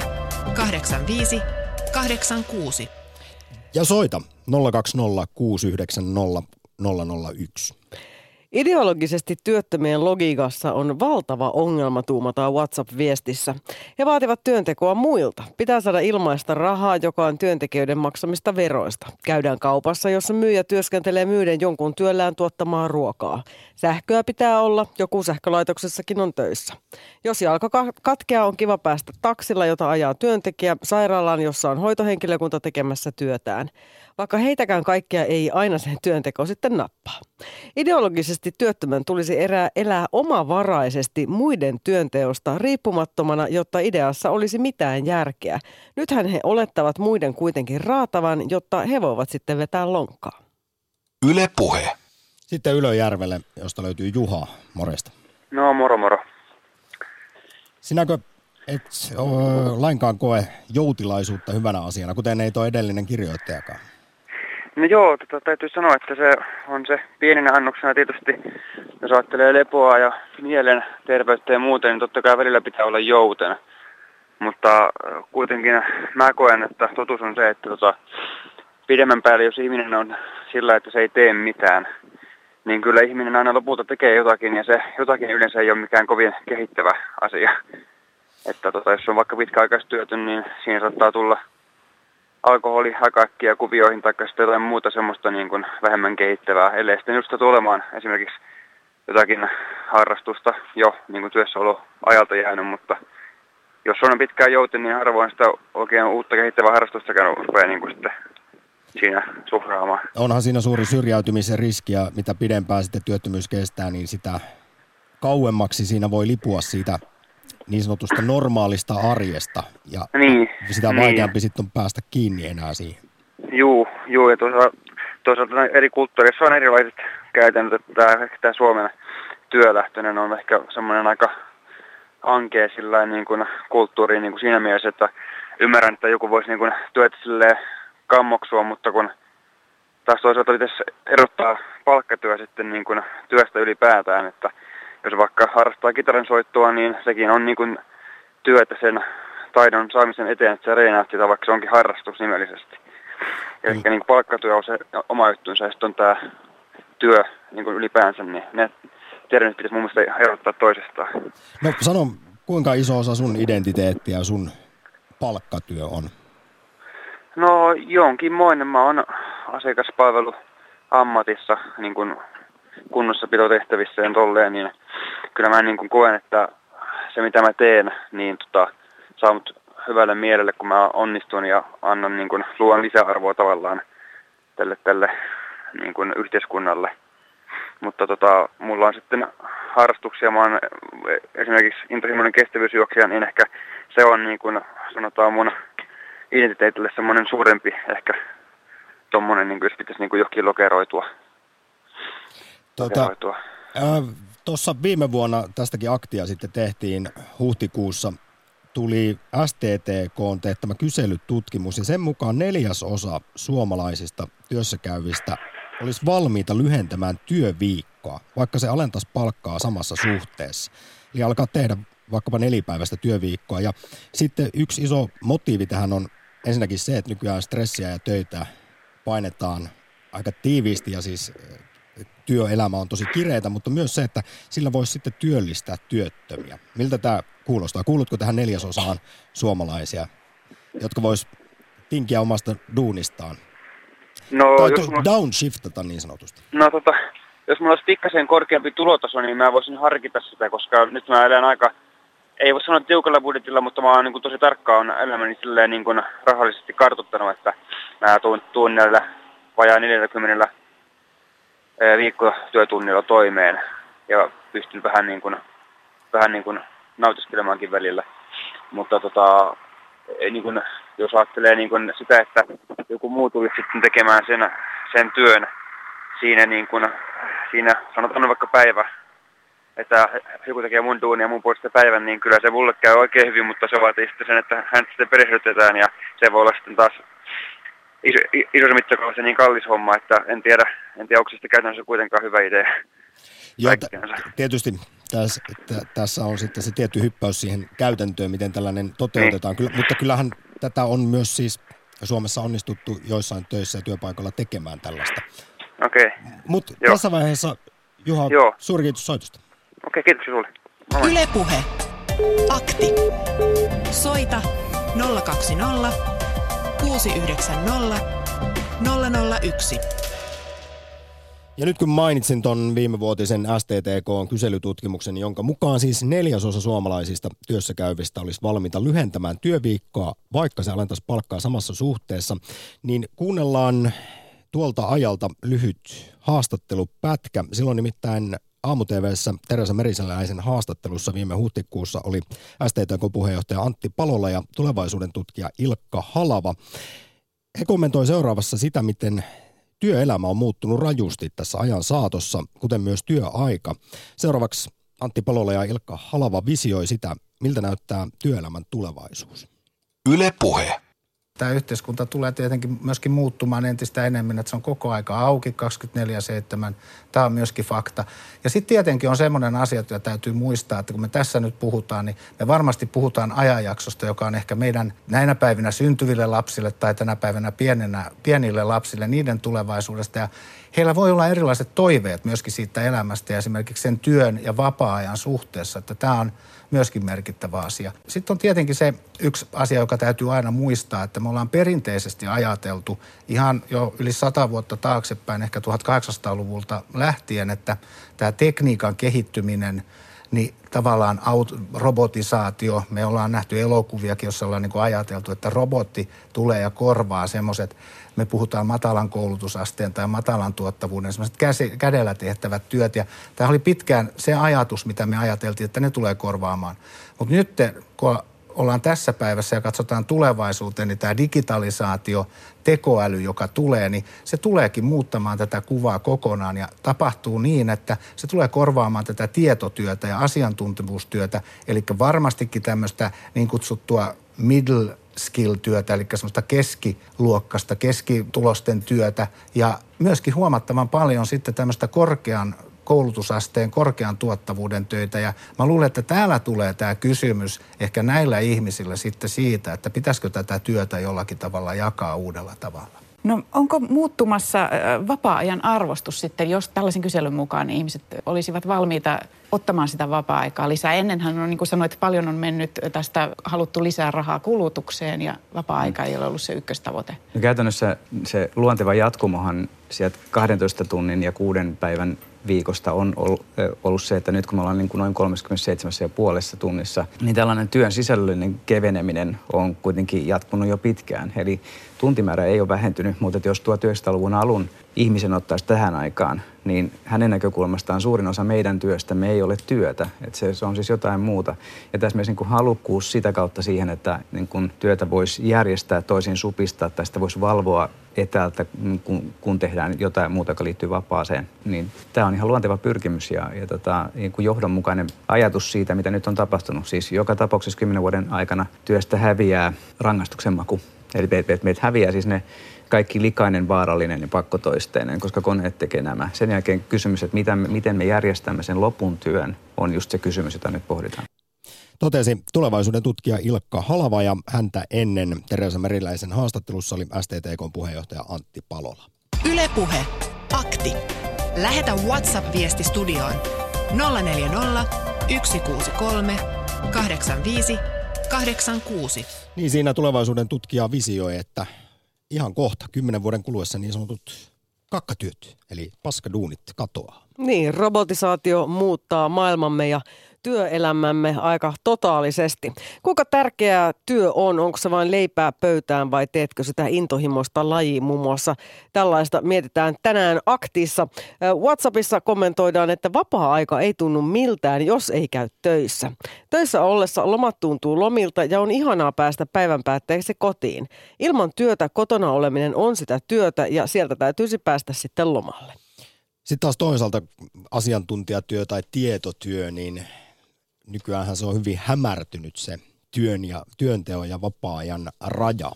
85 86. Ja soita 020 690 001. Ideologisesti työttömien logiikassa on valtava ongelma, tuumataan WhatsApp-viestissä. He vaativat työntekoa muilta. Pitää saada ilmaista rahaa, joka on työntekijöiden maksamista veroista. Käydään kaupassa, jossa myyjä työskentelee myyden jonkun työllään tuottamaa ruokaa. Sähköä pitää olla, joku sähkölaitoksessakin on töissä. Jos jalka katkeaa, on kiva päästä taksilla, jota ajaa työntekijä, sairaalaan, jossa on hoitohenkilökunta tekemässä työtään. Vaikka heitäkään kaikkea ei aina sen työnteko sitten nappaa. Ideologisesti työttömän tulisi elää omavaraisesti muiden työnteosta riippumattomana, jotta ideassa olisi mitään järkeä. Nythän he olettavat muiden kuitenkin raatavan, jotta he voivat sitten vetää lonkkaa. Yle Puhe. Sitten Ylöjärvelle, josta löytyy Juha. Morjesta. No moro. Sinäkö et lainkaan koe joutilaisuutta hyvänä asiana, kuten ei tuo edellinen kirjoittajakaan? No joo, täytyy sanoa, että se on se pienenä annoksena tietysti, jos ajattelee lepoa ja mielen terveyttä ja muuten, niin totta kai välillä pitää olla joutena. Mutta kuitenkin mä koen, että totuus on se, että pidemmän päälle, jos ihminen on sillä, että se ei tee mitään, niin kyllä ihminen aina lopulta tekee jotakin ja se jotakin yleensä ei ole mikään kovin kehittävä asia. Että jos on vaikka pitkäaikaistyötön, niin siinä saattaa tulla alkoholi aika äkkiä kuvioihin tai sitten jotain muuta semmoista niin kuin vähemmän kehittävää, ellei sitten just olemaan esimerkiksi jotakin harrastusta jo niin kuin työssäoloajalta jäänyt, mutta jos on pitkään jouten, niin harvoin sitä oikein uutta kehittävää harrastustakaan rupeaa niin kuin sitten siinä suhraamaan. Onhan siinä suuri syrjäytymisen riski ja mitä pidempään sitten työttömyys kestää, niin sitä kauemmaksi siinä voi lipua siitä niin sanotusta normaalista arjesta ja sitä vaikeampi sitten on päästä kiinni enää siihen. Joo, ja toisaalta eri kulttuurissa on erilaiset käytännöt, että tämä Suomen työlähtöinen on ehkä semmoinen aika ankea niin kuin kulttuuri niin kuin siinä mielessä, että ymmärrän, että joku voisi niin kuin työtä silleen kammoksua, mutta kun taas toisaalta pitäisi erottaa palkkatyö sitten niin kuin työstä ylipäätään, että jos vaikka harrastaa kitaran soittoa, niin sekin on niin kuin työtä sen taidon saamisen eteen, että sä reenaat sitä, vaikka se onkin harrastus nimellisesti. Eli niin palkkatyö on se oma juttuunsa, ja sitten on tämä työ niin kuin ylipäänsä, niin ne termit pitäisi mun mielestä erottaa toisestaan. No sano, kuinka iso osa sun identiteettiä ja sun palkkatyö on? No jonkinmoinen. Mä oon asiakaspalveluammatissa niin kuin kunnossapitotehtävissä ja tolleen, niin kyllä mä niin kuin koen, että se mitä mä teen, niin saa mut hyvälle mielelle, kun mä onnistun ja annan niin kuin luon lisäarvoa tavallaan tälle niin kuin yhteiskunnalle. Mutta mulla on sitten harrastuksia, mä oon esimerkiksi intohimoinen kestävyysjuoksija, niin ehkä se on niin kuin sanotaan mun identiteetille semmoinen suurempi ehkä tommonen, niin kuin jos pitäisi niin kuin johonkin lokeroitua. Tuossa viime vuonna tästäkin aktia sitten tehtiin huhtikuussa, tuli STTK:n teettämä kyselytutkimus ja sen mukaan 4/4 suomalaisista työssäkäyvistä olisi valmiita lyhentämään työviikkoa, vaikka se alentaisi palkkaa samassa suhteessa. Eli alkaa tehdä vaikkapa 4-päiväistä työviikkoa. Ja sitten yksi iso motiivi tähän on ensinnäkin se, että nykyään stressiä ja töitä painetaan aika tiiviisti ja siis työelämä on tosi kireetä, mutta myös se, että sillä voisi sitten työllistää työttömiä. Miltä tämä kuulostaa? Kuulutko tähän 4/4 suomalaisia, jotka vois tinkiä omasta duunistaan? No, tai downshiftata niin sanotusti. No jos mulla olisi pikkasen korkeampi tulotaso, niin mä voisin harkita sitä, koska nyt mä elän aika, ei voi sanoa tiukalla budjetilla, mutta mä oon niin kuin tosi tarkkaan elämäni silleen niin kuin rahallisesti kartoittanut, että mä tuun näillä vajaa 40 viikkotyötunnilla toimeen ja pystyn vähän niin kuin nautiskelemaankin välillä. Mutta niin kuin, jos ajattelee niin kuin sitä, että joku muu tulisi sitten tekemään sen työn siinä sanotaan vaikka päivä, että joku tekee mun duunia mun puolesta päivän, niin kyllä se mulle käy oikein hyvin, mutta se vaatii sitten sen, että hän sitten perehdytetään ja se voi olla sitten taas isossa mittakaavassa niin kallis homma, että en tiedä onko se sitten käytännössä kuitenkaan hyvä idea. Joo, tietysti tässä on sitten se tietty hyppäys siihen käytäntöön, miten tällainen toteutetaan, mutta kyllähän tätä on myös siis Suomessa onnistuttu joissain töissä ja työpaikoilla tekemään tällaista. Okei. Mutta tässä vaiheessa, Juha, suuri kiitos soitosta. Okei, kiitos sinulle. Yle Puhe. Akti. Soita 020 690 001. Ja nyt kun mainitsin ton viimevuotisen STTK-kyselytutkimuksen, jonka mukaan siis 4/4 suomalaisista työssäkäyvistä olisi valmiita lyhentämään työviikkoa, vaikka se alentaisi palkkaa samassa suhteessa, niin kuunnellaan tuolta ajalta lyhyt haastattelupätkä. Silloin nimittäin Aamu-TV:ssä Teresa Meriseläisen haastattelussa viime huhtikuussa oli STTK-puheenjohtaja Antti Palola ja tulevaisuuden tutkija Ilkka Halava. He kommentoi seuraavassa sitä, miten työelämä on muuttunut rajusti tässä ajan saatossa, kuten myös työaika. Seuraavaksi Antti Palola ja Ilkka Halava visioi sitä, miltä näyttää työelämän tulevaisuus. Yle Puhe. tämä yhteiskunta tulee tietenkin myöskin muuttumaan entistä enemmän, että se on koko aika auki 24/7. Tämä on myöskin fakta. Ja sitten tietenkin on semmoinen asia, jota täytyy muistaa, että kun me tässä nyt puhutaan, niin me varmasti puhutaan ajanjaksosta, joka on ehkä meidän näinä päivinä syntyville lapsille tai tänä päivänä pienille lapsille, niiden tulevaisuudesta. Ja heillä voi olla erilaiset toiveet myöskin siitä elämästä ja esimerkiksi sen työn ja vapaa-ajan suhteessa, että tämä on myöskin merkittävä asia. Sitten on tietenkin se yksi asia, joka täytyy aina muistaa, että me ollaan perinteisesti ajateltu ihan jo yli 100 vuotta taaksepäin, ehkä 1800-luvulta lähtien, että tämä tekniikan kehittyminen, niin tavallaan robotisaatio, me ollaan nähty elokuviakin, jossa ollaan niin kuin ajateltu, että robotti tulee ja korvaa semmoiset, me puhutaan matalan koulutusasteen tai matalan tuottavuuden, semmoiset kädellä tehtävät työt. Ja tämä oli pitkään se ajatus, mitä me ajateltiin, että ne tulee korvaamaan. Mutta nyt kun ollaan tässä päivässä ja katsotaan tulevaisuuteen, niin tämä digitalisaatio, tekoäly, joka tulee, niin se tuleekin muuttamaan tätä kuvaa kokonaan ja tapahtuu niin, että se tulee korvaamaan tätä tietotyötä ja asiantuntemustyötä, eli varmastikin tämmöistä niin kutsuttua middle skill-työtä, eli semmoista keskiluokkasta, keskitulosten työtä ja myöskin huomattavan paljon sitten tämmöistä korkean koulutusasteen, korkean tuottavuuden töitä. Ja mä luulen, että täällä tulee tämä kysymys ehkä näillä ihmisillä sitten siitä, että pitäisikö tätä työtä jollakin tavalla jakaa uudella tavalla. No onko muuttumassa vapaa-ajan arvostus sitten, jos tällaisen kyselyn mukaan niin ihmiset olisivat valmiita ottamaan sitä vapaa-aikaa lisää? Ennenhän on, niin kuin sanoit, paljon on mennyt tästä haluttu lisää rahaa kulutukseen ja vapaa-aika ei ole ollut se ykköstavoite. No käytännössä se luonteva jatkumohan sieltä 12 tunnin ja 6 päivän viikosta on ollut se, että nyt kun me ollaan niin kuin noin 37,5 tunnissa, niin tällainen työn sisällöllinen keveneminen on kuitenkin jatkunut jo pitkään. Eli tuntimäärä ei ole vähentynyt, mutta jos 1900-luvun alun ihmisen ottaisi tähän aikaan, niin hänen näkökulmastaan suurin osa meidän työstämme ei ole työtä. Että se on siis jotain muuta. Ja tässä myös niin kuin halukkuus sitä kautta siihen, että niin kuin työtä voisi järjestää toisin supistaa tai sitä voisi valvoa etäältä, kun tehdään jotain muuta, joka liittyy vapaaseen. Niin tämä on ihan luonteva pyrkimys ja niin kuin johdonmukainen ajatus siitä, mitä nyt on tapahtunut. Siis joka tapauksessa 10 vuoden aikana työstä häviää rangaistuksen maku. Eli meitä häviää siis ne kaikki likainen, vaarallinen ja pakkotoisteinen, koska koneet tekee nämä. Sen jälkeen kysymys, että miten me järjestämme sen lopun työn, on just se kysymys, jota nyt pohditaan. Totesi tulevaisuuden tutkija Ilkka Halava ja häntä ennen Teresa Meriläisen haastattelussa oli STTK:n puheenjohtaja Antti Palola. Yle Puhe. Akti. Lähetä WhatsApp-viesti studioon 040 163 85 86. Niin siinä tulevaisuuden tutkija visioi, että ihan kohta 10 vuoden kuluessa niin sanotut kakkatyöt, eli paskaduunit katoaa. Niin, robotisaatio muuttaa maailmamme ja työelämämme aika totaalisesti. Kuinka tärkeää työ on? Onko se vain leipää pöytään vai teetkö sitä intohimoista lajia? Muun muassa tällaista mietitään tänään Aktissa. WhatsAppissa kommentoidaan, että vapaa-aika ei tunnu miltään, jos ei käy töissä. Töissä ollessa lomat tuntuu lomilta ja on ihanaa päästä päivän päätteeksi kotiin. Ilman työtä kotona oleminen on sitä työtä ja sieltä täytyisi päästä sitten lomalle. Sitten taas toisaalta asiantuntijatyö tai tietotyö, niin nykyäänhän se on hyvin hämärtynyt se työnteon ja vapaa-ajan raja.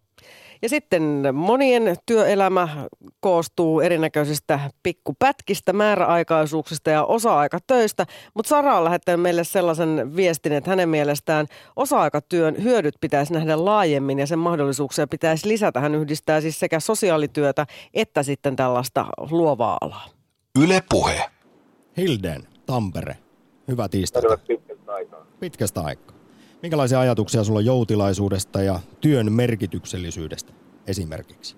Ja sitten monien työelämä koostuu erinäköisistä pikkupätkistä, määräaikaisuuksista ja osa-aikatöistä. Mutta Sara on lähettänyt meille sellaisen viestin, että hänen mielestään osa-aikatyön hyödyt pitäisi nähdä laajemmin ja sen mahdollisuuksia pitäisi lisätä. Hän yhdistää siis sekä sosiaalityötä että sitten tällaista luovaa alaa. Yle Puhe. Hilden, Tampere. Hyvää tiistaita. Pitkästä aikaa. Minkälaisia ajatuksia sulla on joutilaisuudesta ja työn merkityksellisyydestä esimerkiksi?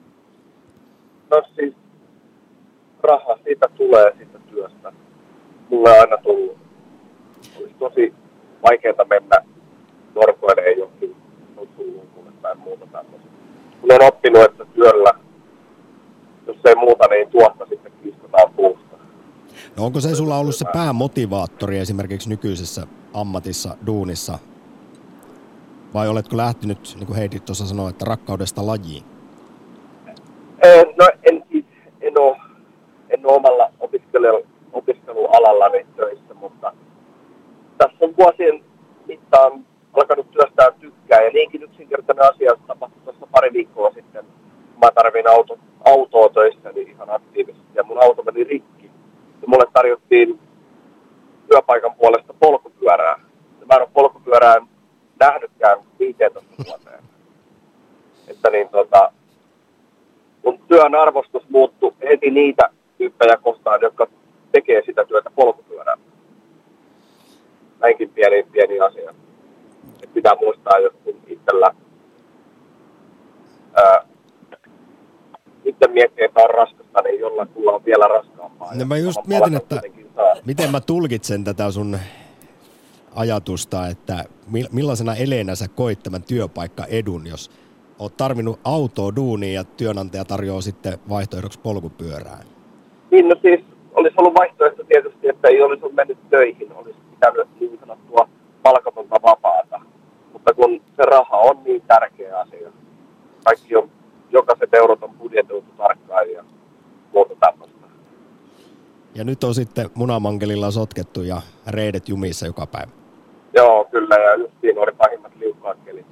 No siis raha siitä tulee siitä työstä. Mulle on aina tullut. Olisi tosi vaikeaa mennä norkoilemaan johonkin nutsulunkulle tai muuta tämmöistä. Mulla on oppinut, että työllä, jos ei muuta, niin tuosta sitten kiskotaan puusta. No onko se sulla ollut se päämotivaattori esimerkiksi nykyisessä ammatissa, duunissa? Vai oletko lähtenyt, niin kuin Heidi tuossa sanoi, että rakkaudesta lajiin? No en ole omalla opiskelualallani töissä, mutta tässä on vuosien mittaan alkanut työstää tykkää. Ja niinkin yksinkertainen asia tapahtui tuossa pari työn arvostus muuttui heti niitä tyyppejä kohtaan, jotka tekee sitä työtä polkupyörällä. Näinkin pieni asia. Et pitää muistaa, jos itsellä itse miettii, että on raskasta, niin jollain kulla on vielä raskaampaa. No mä just mietin, että miten mä tulkitsen tätä sun ajatusta, että millaisena eleenä sä koit tämän työpaikkaedun, jos oot tarvinnut autoa duuniin ja työnantaja tarjoaa sitten vaihtoehdoksi polkupyörää? Niin, no siis olisi ollut vaihtoehto tietysti, että ei olisi mennyt töihin, olisi pitänyt niin sanottua palkatonta vapaata. Mutta kun se raha on niin tärkeä asia, kaikki on, jokaiset eurot on budjetoitu tarkkaan ja muuta tämmöistä. Ja nyt on sitten munamankelilla sotkettu ja reidet jumissa joka päivä. Joo, kyllä, ja just siinä oli pahimmat liukkaat kelit.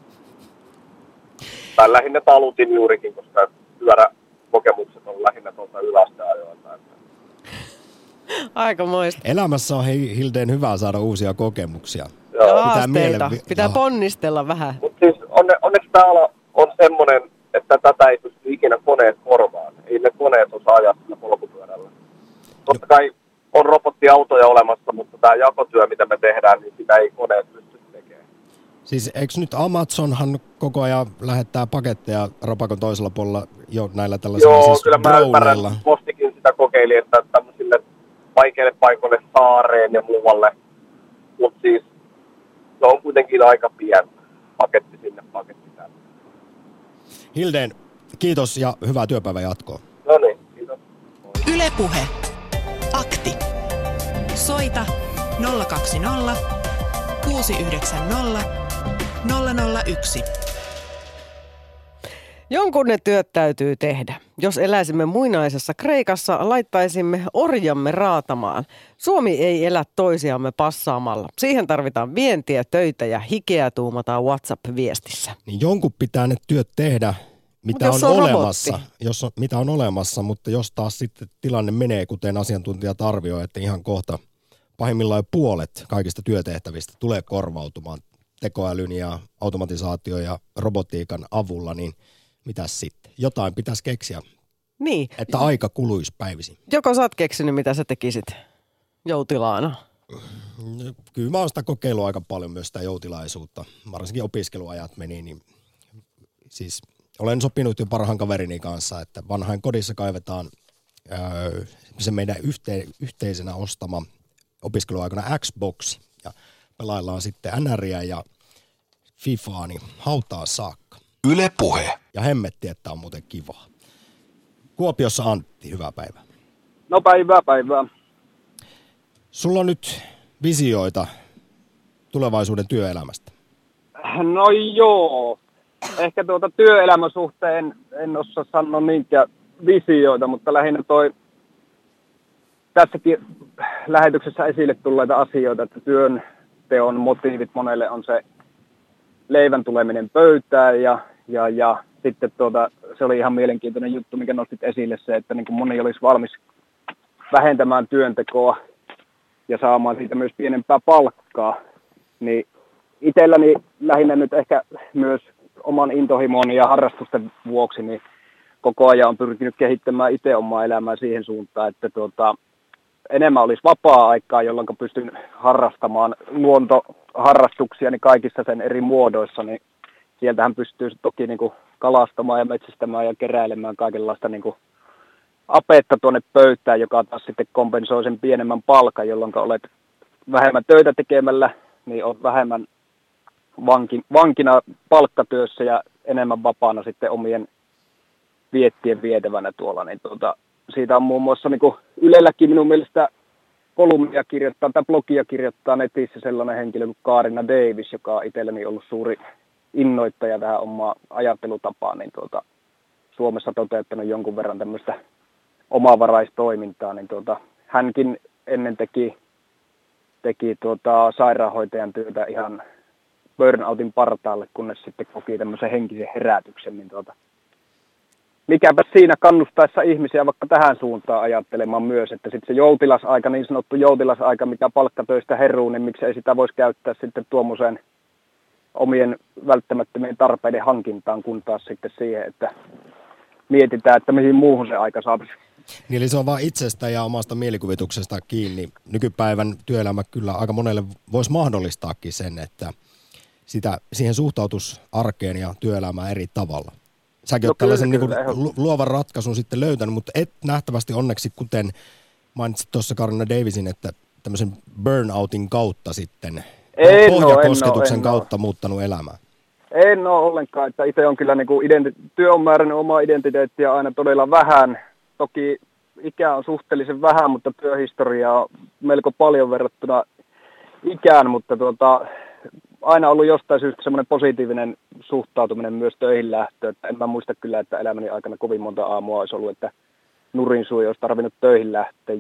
Tai lähinnä talutin juurikin, koska pyöräkokemukset on lähinnä tuolta ylästä ajoilta. Aikamoista. Elämässä on Hildeen hyvä saada uusia kokemuksia. Joo, pitää ponnistella vähän. Mutta siis onneksi tämä ala on semmoinen, että tätä ei pysty ikinä koneet korvaan. Ei ne koneet osaa ajaa sillä polkupyörällä. Totta kai on robottiautoja olemassa, mutta tämä jakotyö, mitä me tehdään, niin sitä ei koneet pysty tekemään. Siis eikö nyt Amazonhan koko ajan lähettää paketteja Rapakon toisella puolella jo näillä tällaisilla Joo, siis kyllä mä ymmärrän. Postikin sitä kokeili, että tämmöisille vaikeille paikoille saareen ja muualle. Mutta siis se on kuitenkin aika pieni paketti sinne, paketti tänne. Hildeen, kiitos ja hyvää työpäivän jatkoa. No niin, kiitos. Yle Puhe. Akti. Soita 020 690 001. Jonkun ne työt täytyy tehdä. Jos eläisimme muinaisessa Kreikassa, laittaisimme orjamme raatamaan. Suomi ei elä toisiamme passaamalla. Siihen tarvitaan vientiä, töitä ja hikeä, tuumataan WhatsApp-viestissä. Niin jonkun pitää ne työt tehdä, mitä on olemassa, mitä on olemassa, mutta jos taas sitten tilanne menee, kuten asiantuntijat arvioi, että ihan kohta pahimmillaan jo puolet kaikista työtehtävistä tulee korvautumaan tekoälyn ja automatisaatio ja robotiikan avulla, niin mitäs sitten? Jotain pitäisi keksiä, niin, että aika kuluisi päivisin. Joko sä oot keksinyt, mitä sä tekisit joutilaana? Kyllä mä oon sitä kokeillut aika paljon myös sitä joutilaisuutta. Varsinkin opiskeluajat meni, niin siis olen sopinut jo parhaan kaverini kanssa, että vanhain kodissa kaivetaan se meidän yhteisenä ostama opiskeluaikana Xbox ja pelaillaan sitten NRiä ja FIFAa niin hautaan saakka. Yle Puhe. Ja hemmetti, että on muuten kivaa. Kuopiossa Antti, hyvää päivää. No päivää. Sulla on nyt visioita tulevaisuuden työelämästä. No joo. Ehkä työelämän suhteen en osaa sanoa niinkään visioita, mutta lähinnä tässäkin lähetyksessä esille tulleita asioita, että työnteon motiivit monelle on se leivän tuleminen pöytään ja sitten se oli ihan mielenkiintoinen juttu, mikä nostit esille se, että niin kuin moni olisi valmis vähentämään työntekoa ja saamaan siitä myös pienempää palkkaa, niin itselläni lähinnä nyt ehkä myös oman intohimon ja harrastusten vuoksi, niin koko ajan on pyrkinyt kehittämään itse omaa elämää siihen suuntaan, että enemmän olisi vapaa-aikaa, jolloin pystyn harrastamaan luontoharrastuksia niin kaikissa sen eri muodoissa, niin sieltähän pystyy toki niin kuin kalastamaan ja metsästämään ja keräilemään kaikenlaista niin kuin apetta tuonne pöytään, joka taas sitten kompensoi sen pienemmän palkan, jolloin olet vähemmän töitä tekemällä, niin olet vähemmän vankina palkkatyössä ja enemmän vapaana sitten omien viettien vietävänä tuolla. Niin siitä on muun muassa niin kuin Ylelläkin minun mielestä kolumnia kirjoittaa tai blogia kirjoittaa netissä sellainen henkilö kuin Kaarina Davis, joka on itselläni ollut suuri innoittaja tähän omaa ajattelutapaan, niin Suomessa toteuttanut jonkun verran tämmöistä omavaraistoimintaa, niin hänkin ennen teki sairaanhoitajan työtä ihan burnoutin partaalle, kunnes sitten koki tämmöisen henkisen herätyksen, niin mikäpä siinä kannustaessa ihmisiä vaikka tähän suuntaan ajattelemaan myös, että sitten se joutilasaika, niin sanottu joutilasaika, mikä palkkatöistä heruu, niin miksei sitä voisi käyttää sitten tuommoiseen omien välttämättömien tarpeiden hankintaan, kun taas sitten siihen, että mietitään, että mihin muuhun se aika saataisiin. Niin eli se on vaan itsestä ja omasta mielikuvituksesta kiinni. Nykypäivän työelämä kyllä aika monelle voisi mahdollistaakin sen, että siihen suhtautus arkeen ja työelämään eri tavalla. Säkin olet tällaisen niin kuin luovan ratkaisun sitten löytänyt, mutta et nähtävästi onneksi, kuten mainitsit tuossa Carolina Davisin, että tämmöisen burnoutin kautta sitten, pohjakosketuksen kautta muuttanut elämää. En ole ollenkaan, että itse on kyllä niin kuin työ on määrännyt omaa identiteettiä aina todella vähän. Toki ikä on suhteellisen vähän, mutta työhistoriaa on melko paljon verrattuna ikään, mutta aina ollut jostain syystä semmoinen positiivinen suhtautuminen myös töihin lähtöön. Että en mä muista kyllä, että elämäni aikana kovin monta aamua olisi ollut, että nurin sui olisi tarvinnut töihin lähteä.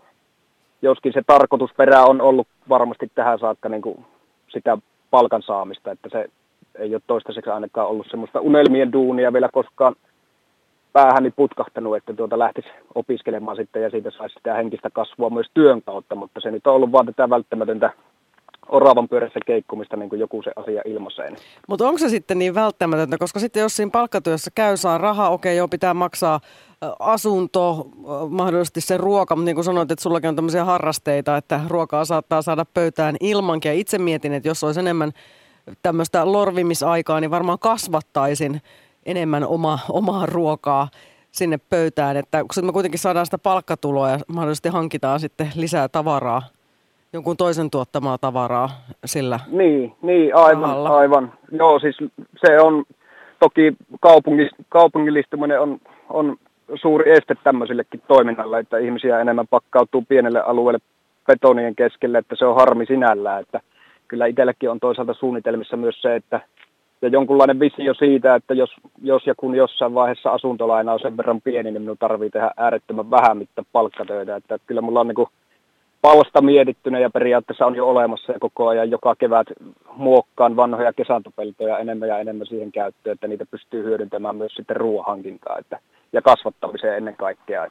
Joskin se tarkoitusperä on ollut varmasti tähän saakka niin kuin sitä palkan saamista, että se ei ole toistaiseksi ainakaan ollut semmoista unelmien duunia vielä koskaan päähäni putkahtanut, että lähtisi opiskelemaan sitten ja siitä saisi sitä henkistä kasvua myös työn kautta, mutta se nyt on ollut vaan tätä välttämätöntä oravan pyörässä keikkumista, niin kuin joku se asia ilmaisee. Mutta onko se sitten niin välttämätöntä, koska sitten jos siinä palkkatyössä saa rahaa, pitää maksaa asunto, mahdollisesti se ruoka, mutta niin kuin sanoit, että sullakin on tämmöisiä harrasteita, että ruokaa saattaa saada pöytään ilmankin, ja itse mietin, että jos olisi enemmän tämmöistä lorvimisaikaa, niin varmaan kasvattaisin enemmän omaa ruokaa sinne pöytään, että kun me kuitenkin saadaan sitä palkkatuloa ja mahdollisesti hankitaan sitten lisää tavaraa, jonkun toisen tuottamaa tavaraa sillä Niin, aivan. Joo, siis se on toki kaupungilistuminen on suuri este tämmöisillekin toiminnalle, että ihmisiä enemmän pakkautuu pienelle alueelle betonien keskelle, että se on harmi sinällään, että kyllä itsellekin on toisaalta suunnitelmissa myös se, että ja jonkunlainen visio siitä, että jos ja kun jossain vaiheessa asuntolaina on sen verran pieni, niin minun tarvitsee tehdä äärettömän vähän mitään palkkatöitä. Että kyllä mulla on niin kuin palsta mietittynä ja periaatteessa on jo olemassa ja koko ajan joka kevät muokkaan vanhoja kesäntopeltoja enemmän ja enemmän siihen käyttöön, että niitä pystyy hyödyntämään myös sitten ruoanhankintaa ja kasvattamiseen ennen kaikkea.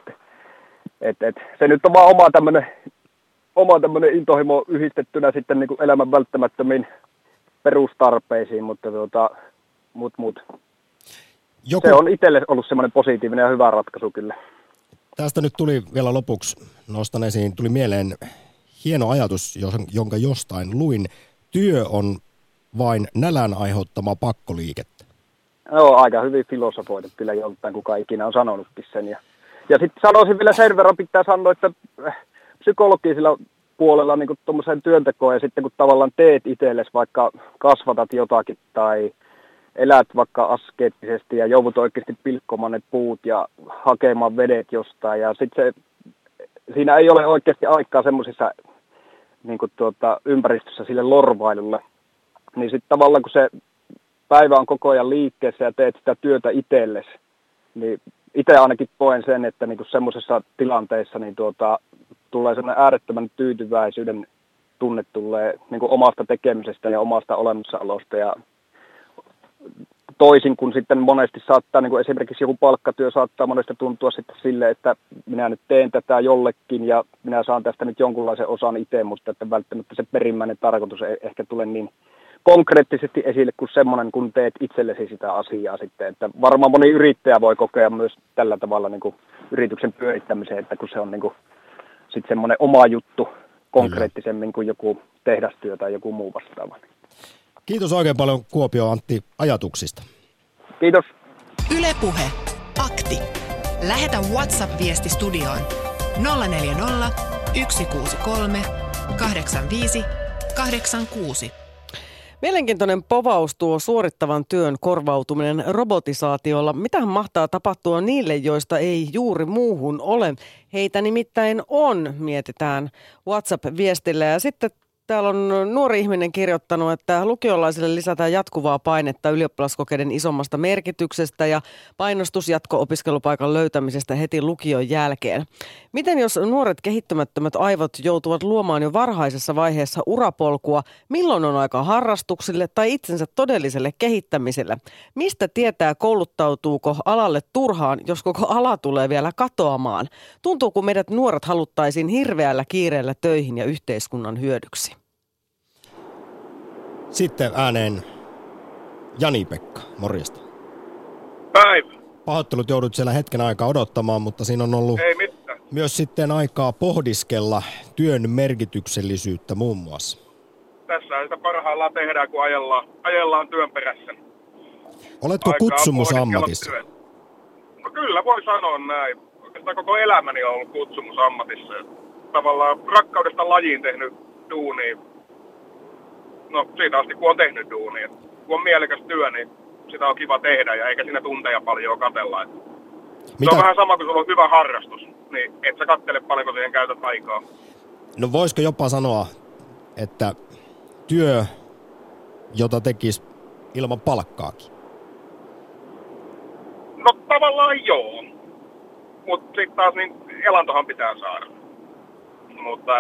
Että se nyt on vaan oma tämmöinen intohimo yhdistettynä sitten niin kuin elämän välttämättömiin perustarpeisiin, mutta se on itselle ollut semmoinen positiivinen ja hyvä ratkaisu kyllä. Tästä nyt tuli vielä lopuksi, nostan esiin, tuli mieleen hieno ajatus, jonka jostain luin. Työ on vain nälän aiheuttama pakkoliikettä. Joo, aika hyvin filosofoitu kyllä joltain, kuka ikinä on sanonutkin sen. Ja sitten sanoisin vielä sen verran, pitää sanoa, että psykologisilla puolella niin kuin tuommoiseen työntekoon ja sitten kun tavallaan teet itsellesi, vaikka kasvatat jotakin tai elät vaikka askeettisesti ja joudut oikeasti pilkkomaan ne puut ja hakemaan vedet jostain ja sitten siinä ei ole oikeasti aikaa semmoisissa niin kuin ympäristössä sille lorvailulle, niin sitten tavallaan kun se päivä on koko ajan liikkeessä ja teet sitä työtä itsellesi, niin itse ainakin koen sen, että niin kuin semmoisessa tilanteessa niin tulee sellainen äärettömän tyytyväisyyden tunne tulee niin kuin omasta tekemisestä ja omasta olemassaolosta ja toisin kuin sitten monesti saattaa, niin kuin esimerkiksi joku palkkatyö saattaa monesti tuntua sitten sille, että minä nyt teen tätä jollekin ja minä saan tästä nyt jonkunlaisen osan itse, mutta että välttämättä se perimmäinen tarkoitus ei ehkä tule niin konkreettisesti esille kuin semmoinen, kun teet itsellesi sitä asiaa sitten. Että varmaan moni yrittäjä voi kokea myös tällä tavalla niin kuin yrityksen pyörittämiseen, että kun se on niin kuin sitten semmoinen oma juttu konkreettisemmin kuin joku tehdastyö tai joku muu vastaava. Kiitos oikein paljon Kuopio Antti ajatuksista. Kiitos. Yle Puhe. Akti. Lähetä WhatsApp-viesti studioon 040 163 85 86. Mielenkiintoinen povaus tuo suorittavan työn korvautuminen robotisaatiolla. Mitähän mahtaa tapahtua niille, joista ei juuri muuhun ole? Heitä nimittäin on, mietitään WhatsApp-viestillä. Ja sitten täällä on nuori ihminen kirjoittanut, että lukiolaisille lisätään jatkuvaa painetta ylioppilaskokeiden isommasta merkityksestä ja painostus jatko-opiskelupaikan löytämisestä heti lukion jälkeen. Miten jos nuoret kehittymättömät aivot joutuvat luomaan jo varhaisessa vaiheessa urapolkua, milloin on aika harrastuksille tai itsensä todelliselle kehittämiselle? Mistä tietää, kouluttautuuko alalle turhaan, jos koko ala tulee vielä katoamaan? Tuntuu, kun meidät nuoret haluttaisiin hirveällä kiireellä töihin ja yhteiskunnan hyödyksi. Sitten ääneen Jani-Pekka, morjesta. Päivä. pahoittelut joudut siellä hetken aikaa odottamaan, mutta siinä on ollut myös sitten aikaa pohdiskella työn merkityksellisyyttä muun muassa. Tässä sitä parhaillaan tehdään, kun ajellaan työn perässä. Oletko kutsumusammatissa? No kyllä, voi sanoa näin. Oikeastaan koko elämäni on ollut kutsumusammatissa. Tavallaan rakkaudesta lajiin tehnyt duunia. No siitä asti, kun on tehnyt duunia. Kun on mielekäs työ, niin sitä on kiva tehdä ja eikä siinä tunteja paljon katsella. Se on vähän sama kuin sulla on hyvä harrastus, niin et sä katsele paljonko siihen käytät aikaa. No voisiko jopa sanoa, että työ, jota tekisi ilman palkkaakin? No tavallaan joo, mutta sitten taas niin elantohan pitää saada. Mutta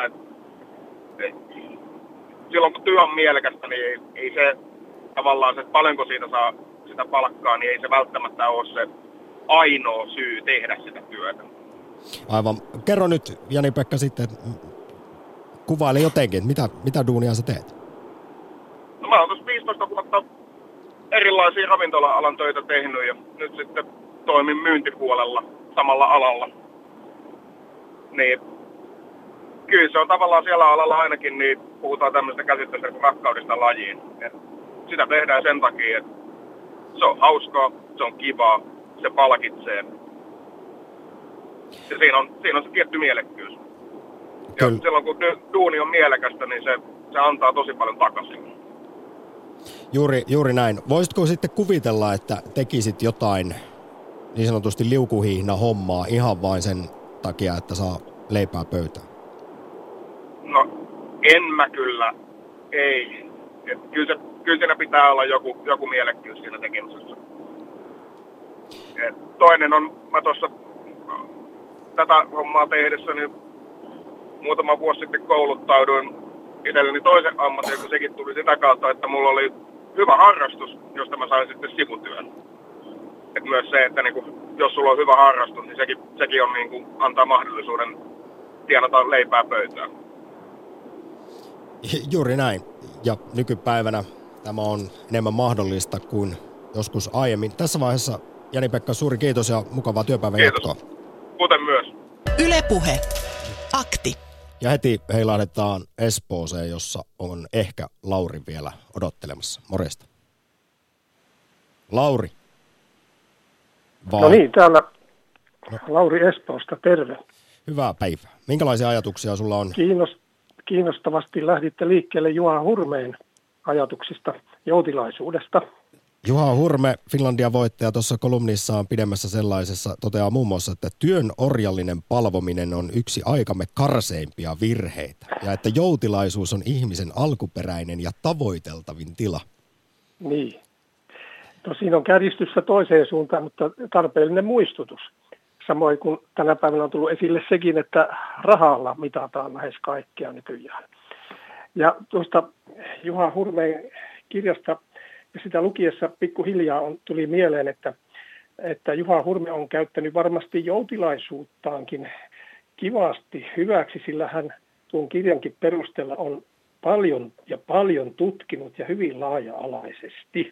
silloin kun työ on mielekästä, niin ei se tavallaan se, paljonko siitä saa sitä palkkaa, niin ei se välttämättä ole se ainoa syy tehdä sitä työtä. Aivan. Kerro nyt, Jani-Pekka, sitten, kuvaile jotenkin, että mitä duunia sä teet? No mä oon tuossa 15 vuotta erilaisia ravintola-alan töitä tehnyt ja nyt sitten toimin myyntipuolella samalla alalla. Niin kyllä se on tavallaan siellä alalla ainakin, niin puhutaan tämmöistä käsitteestä kuin rakkaudesta lajiin. Et sitä tehdään sen takia, että se on hauskaa, se on kivaa, se palkitsee. Ja siinä on se tietty mielekkyys. Ja silloin kun duuni on mielekästä, niin se antaa tosi paljon takaisin. Juuri näin. Voisitko sitten kuvitella, että tekisit jotain niin sanotusti liukuhihna hommaa ihan vain sen takia, että saa leipää pöytään? No, en mä kyllä. Ei. Kyllä siinä pitää olla joku mielekkyys siinä tekemisessä. Toinen on, mä tuossa tätä hommaa tehdessä, niin muutama vuosi sitten kouluttauduin itselleni toisen ammatin, kun sekin tuli sitä kautta, että mulla oli hyvä harrastus, josta mä sain sitten sivutyön. Et myös se, että niinku, jos sulla on hyvä harrastus, niin sekin on, niinku, antaa mahdollisuuden tienata leipää pöytään. Juuri näin. Ja nykypäivänä tämä on enemmän mahdollista kuin joskus aiemmin. Tässä vaiheessa, Jani-Pekka, suuri kiitos ja mukavaa työpäivän jatkoa. Kuten myös. Yle Puhe. Akti. Ja heti heilahdetaan Espooseen, jossa on ehkä Lauri vielä odottelemassa. Morjesta. Lauri. No niin, täällä Lauri Espoosta, terve. Hyvää päivää. Minkälaisia ajatuksia sulla on? Kiinnostavasti lähditte liikkeelle Juha Hurmeen ajatuksista joutilaisuudesta. Juha Hurme, Finlandia voittaja tuossa kolumnissaan pidemmässä sellaisessa, toteaa muun muassa, että työn orjallinen palvominen on yksi aikamme karseimpia virheitä ja että joutilaisuus on ihmisen alkuperäinen ja tavoiteltavin tila. Niin. No siinä on kärjistyssä toiseen suuntaan, mutta tarpeellinen muistutus. Samoin kuin tänä päivänä on tullut esille sekin, että rahalla mitataan lähes kaikkea nykyään. Ja tuosta Juha Hurmeen kirjasta ja sitä lukiessa pikkuhiljaa tuli mieleen, että Juha Hurme on käyttänyt varmasti joutilaisuuttaankin kivasti hyväksi, sillä hän tuon kirjankin perusteella on paljon tutkinut ja hyvin laaja-alaisesti.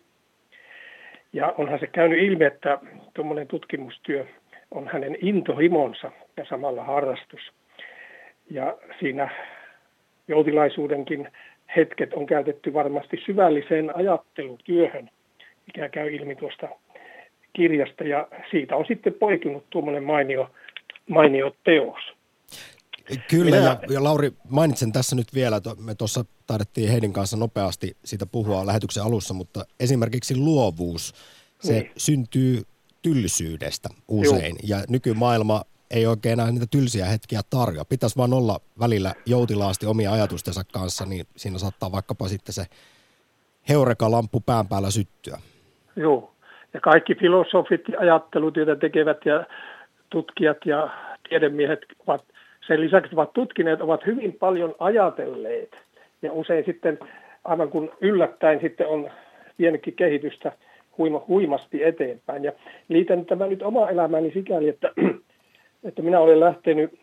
Ja onhan se käynyt ilmi, että tuommoinen tutkimustyö on hänen intohimonsa ja samalla harrastus. Ja siinä joutilaisuudenkin hetket on käytetty varmasti syvälliseen ajattelutyöhön, mikä käy ilmi tuosta kirjasta. Ja siitä on sitten poikinut tuommoinen mainio teos. Kyllä, ja Lauri, mainitsen tässä nyt vielä, me tuossa taidettiin Heidin kanssa nopeasti siitä puhua lähetyksen alussa, mutta esimerkiksi luovuus, se syntyy tylsyydestä usein, ja nykymaailma ei oikein enää niitä tylsiä hetkiä tarjoa. Pitäisi vaan olla välillä joutilaasti omia ajatustensa kanssa, niin siinä saattaa vaikkapa sitten se heureka-lamppu pään päällä syttyä. Joo, ja kaikki filosofit ja ajattelutyötä tekevät ja tutkijat ja tiedemiehet ovat sen lisäksi ovat tutkineet, ovat hyvin paljon ajatelleet. Ja usein sitten, aivan kun yllättäen sitten on vienytkin kehitystä huimasti eteenpäin. Ja liitän tämä nyt oma elämäni sikäli, että minä olen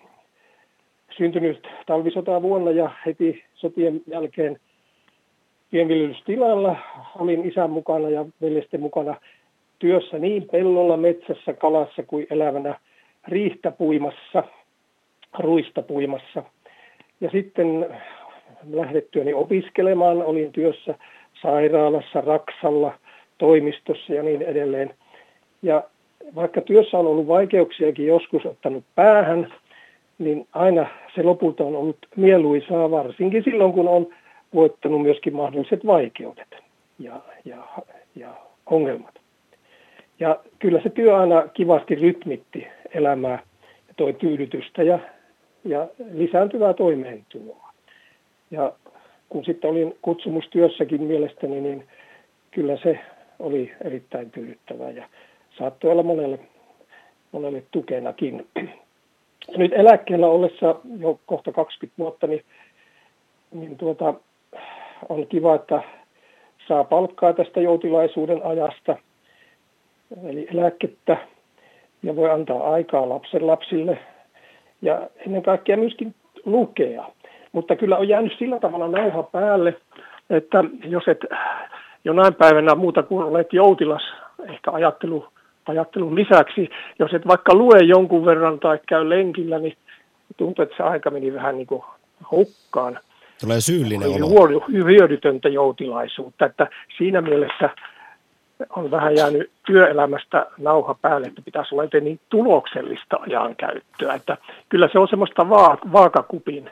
syntynyt talvisotaa vuonna ja heti sotien jälkeen pienviljelystilalla. Olin isän mukana ja veljesten mukana työssä niin pellolla, metsässä, kalassa kuin elävänä riihtä puimassa, ruista puimassa. Ja sitten lähdettyäni opiskelemaan olin työssä sairaalassa, Raksalla, toimistossa ja niin edelleen. Ja vaikka työssä on ollut vaikeuksiakin joskus ottanut päähän, niin aina se lopulta on ollut mieluisaa, varsinkin silloin, kun on voittanut myöskin mahdolliset vaikeudet ja ongelmat. Ja kyllä se työ aina kivasti rytmitti elämää ja toi tyydytystä ja lisääntyvää toimeentuloa. Ja kun sitten olin kutsumustyössäkin mielestäni, niin kyllä se oli erittäin tyydyttävää ja saattoi olla monelle tukenakin. Ja nyt eläkkeellä ollessa jo kohta 20 vuotta, niin on kiva, että saa palkkaa tästä joutilaisuuden ajasta, eli eläkettä, ja voi antaa aikaa lapsenlapsille ja ennen kaikkea myöskin lukea. Mutta kyllä on jäänyt sillä tavalla nauha päälle, että jos et jonain päivänä muuta kuin olet joutilas, ehkä ajattelun lisäksi, jos et vaikka lue jonkun verran tai käy lenkillä, niin tuntuu, että se aika meni vähän niin kuin hukkaan. Tulee syyllinen olo. Hyödytöntä joutilaisuutta, että siinä mielessä on vähän jäänyt työelämästä nauha päälle, että pitäisi olla niin tuloksellista ajankäyttöä. Että kyllä se on semmoista vaakakupin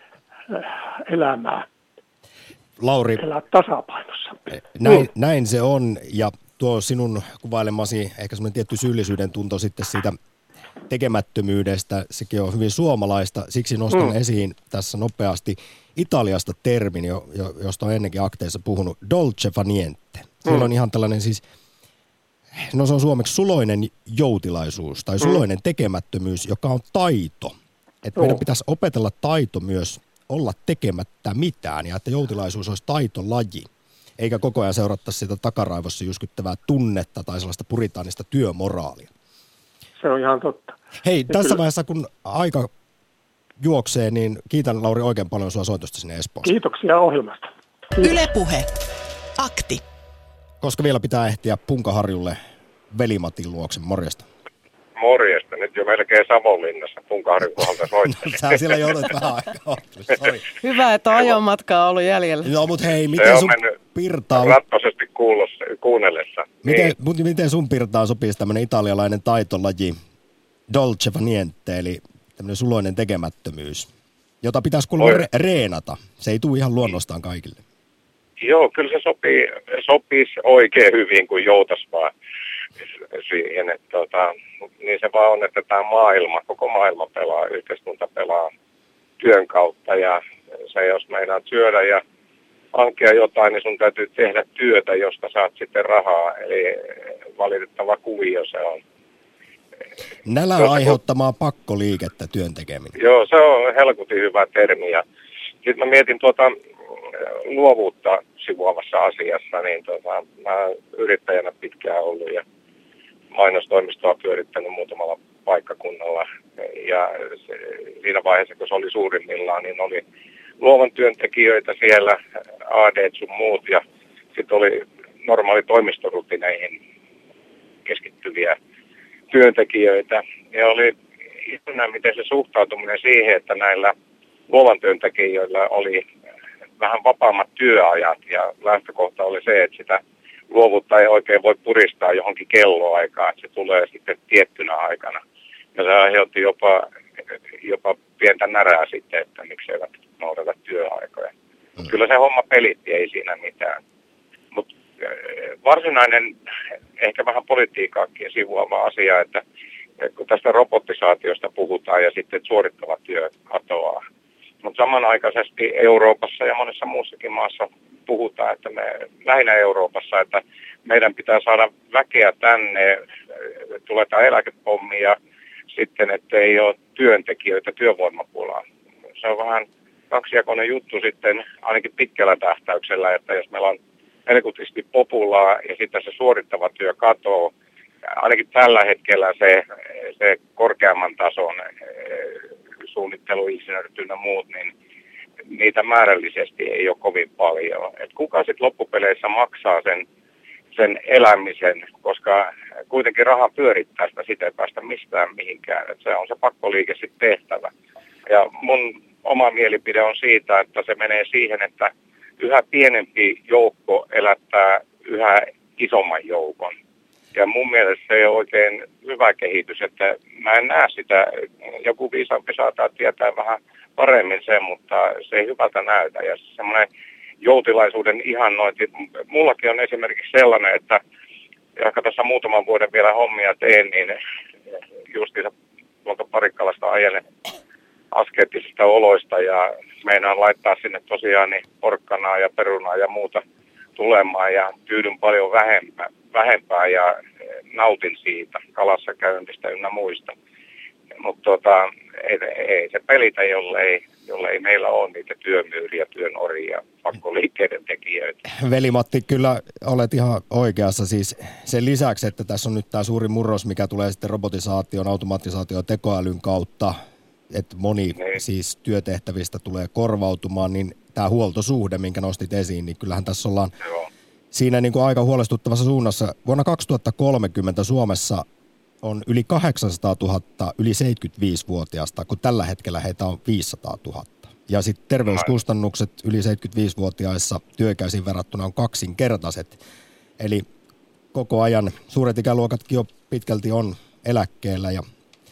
elämää. Lauri, elää tasapainossa. Näin se on, ja tuo sinun kuvailemasi ehkä semmoinen tietty syyllisyyden tunto sitten siitä tekemättömyydestä, sekin on hyvin suomalaista, siksi nostan esiin tässä nopeasti Italiasta termin, josta on ennenkin akteissa puhunut, dolce fa niente. Siellä on ihan tällainen siis, no se on suomeksi suloinen joutilaisuus tai suloinen tekemättömyys, joka on taito. Että meidän pitäisi opetella taito myös olla tekemättä mitään ja että joutilaisuus olisi taitolaji, eikä koko ajan seurattaisi sitä takaraivossa jyskyttävää tunnetta tai sellaista puritaanista työmoraalia. Se on ihan totta. Hei, tässä vaiheessa kun aika juoksee, niin kiitän Lauri oikein paljon sua soitosta sinne Espooseen. Kiitoksia ohjelmasta. Yle Puhe. Akti. Koska vielä pitää ehtiä Punkaharjulle Veli-Matin luokse. Morjesta. Morjesta. Nyt jo melkein Savonlinnassa Punkaharjun kohdalta soittelin. Sä siellä joudut vähän aikaa. Hyvä, että ajomatkaa on ollut jäljellä. Joo, mutta hei, miten sun pirtaa... rattoisesti kuunnellessa. Miten sun pirtaan sopisi tämmöinen italialainen taitolaji dolce fa niente, eli tämmöinen suloinen tekemättömyys, jota pitäisi kuulemma reenata. Se ei tule ihan luonnostaan kaikille. Joo, kyllä se sopisi oikein hyvin, kun joutas vaan siihen. Että, niin se vaan on, että tämä koko maailma pelaa, yhteiskunta pelaa työn kautta. Ja se, jos meinaat syödä ja hankkia jotain, niin sun täytyy tehdä työtä, josta saat sitten rahaa. Eli valitettava kuvio se on. Nälän aiheuttamaa pakkoliikettä työn tekeminen. Joo, se on helkutin hyvä termi. Ja sitten mä mietin luovuutta sivuavassa asiassa, niin mä oon yrittäjänä pitkään ollut ja mainostoimistoa pyörittänyt muutamalla paikkakunnalla. Ja siinä vaiheessa, kun se oli suurimmillaan, niin oli luovan työntekijöitä siellä, AD sun muut, ja sitten oli normaali toimistorutineihin keskittyviä työntekijöitä. Ja oli ihanaa, miten se suhtautuminen siihen, että näillä luovan työntekijöillä oli vähän vapaammat työajat, ja lähtökohta oli se, että sitä luovuutta ei oikein voi puristaa johonkin kelloaikaan, että se tulee sitten tiettynä aikana. Ja se aiheutti jopa pientä närää sitten, että miksi eivät noudata työaikoja. Kyllä se homma pelitti, ei siinä mitään. Mutta varsinainen, ehkä vähän politiikkaakin sivuava asia, että kun tästä robottisaatiosta puhutaan ja sitten suorittava työ katoaa. Mutta samanaikaisesti Euroopassa ja monessa muussakin maassa puhutaan, että lähinnä Euroopassa, että meidän pitää saada väkeä tänne, tulee tämä eläkepommi ja sitten, että ei ole työntekijöitä, työvoimapulaa. Se on vähän kaksijakoinen juttu sitten ainakin pitkällä tähtäyksellä, että jos meillä on helkutisti populaa ja sitten se suorittava työ katoo, ainakin tällä hetkellä se korkeamman tason suunnitteluinsinöörit ynnä muut, niin niitä määrällisesti ei ole kovin paljon. Et kuka sitten loppupeleissä maksaa sen elämisen, koska kuitenkin raha pyörittää sitä, sitä ei päästä mistään mihinkään. Et se on se pakkoliike sitten tehtävä. Ja mun oma mielipide on siitä, että se menee siihen, että yhä pienempi joukko elättää yhä isomman joukon. Ja mun mielestä se on oikein hyvä kehitys, että mä en näe sitä, joku viisaampi saattaa tietää vähän paremmin sen, mutta se ei hyvältä näytä. Ja semmoinen joutilaisuuden ihannointi, mullakin on esimerkiksi sellainen, että vaikka tässä muutaman vuoden vielä hommia teen, niin justiinsa tuolta Parikkalasta ajelen askeettisista oloista ja meinaan laittaa sinne tosiaan niin porkkanaa ja perunaa ja muuta tulemaan ja tyydyn paljon vähempää ja nautin siitä kalassa käynnistä ynnä muista. Mutta ei se pelitä, jollei meillä ole niitä työmyyriä, työnoria, pakkoliikkeiden tekijöitä. Veli-Matti, kyllä olet ihan oikeassa. Siis sen lisäksi, että tässä on nyt tämä suuri murros, mikä tulee sitten robotisaation, automatisaation ja tekoälyn kautta, että moni siis työtehtävistä tulee korvautumaan, niin tämä huoltosuhde, minkä nostit esiin, niin kyllähän tässä ollaan siinä niin kuin aika huolestuttavassa suunnassa. Vuonna 2030 Suomessa on yli 800 000 yli 75-vuotiaasta, kun tällä hetkellä heitä on 500 000. Ja sitten terveyskustannukset yli 75-vuotiaissa työikäisiin verrattuna on kaksinkertaiset. Eli koko ajan suuret ikäluokatkin jo pitkälti on eläkkeellä ja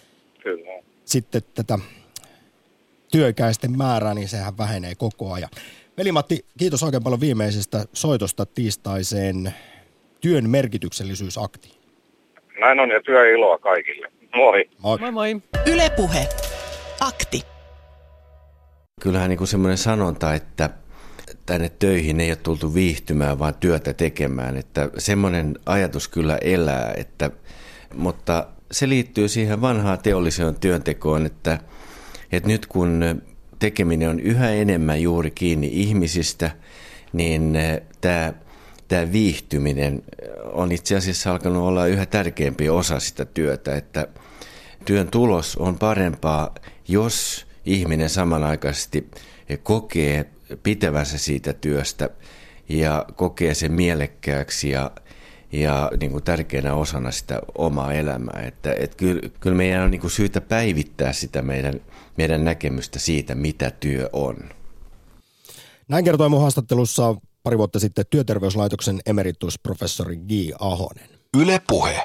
sitten tätä työikäisten määrää, niin sehän vähenee koko ajan. Veli-Matti, kiitos oikein paljon viimeisestä soitosta tiistaiseen työn merkityksellisyysaktiin. Näin on ja työiloa kaikille. Moi. Moi moi. Yle Puhe. Akti. Kyllähän niin kuin semmoinen sanonta, että tänne töihin ei ole tultu viihtymään, vaan työtä tekemään. Että semmoinen ajatus kyllä elää, mutta se liittyy siihen vanhaan teolliseen työntekoon, että nyt kun tekeminen on yhä enemmän juuri kiinni ihmisistä, niin tämä viihtyminen on itse asiassa alkanut olla yhä tärkeämpi osa sitä työtä, että työn tulos on parempaa, jos ihminen samanaikaisesti kokee pitävänsä siitä työstä ja kokee sen mielekkääksi ja niin kuin tärkeänä osana sitä omaa elämää. Että kyllä meidän on niin kuin syytä päivittää sitä meidän näkemystä siitä, mitä työ on. Näin kertoi mun haastattelussa pari vuotta sitten Työterveyslaitoksen emeritusprofessori G. Ahonen. Yle Puhe.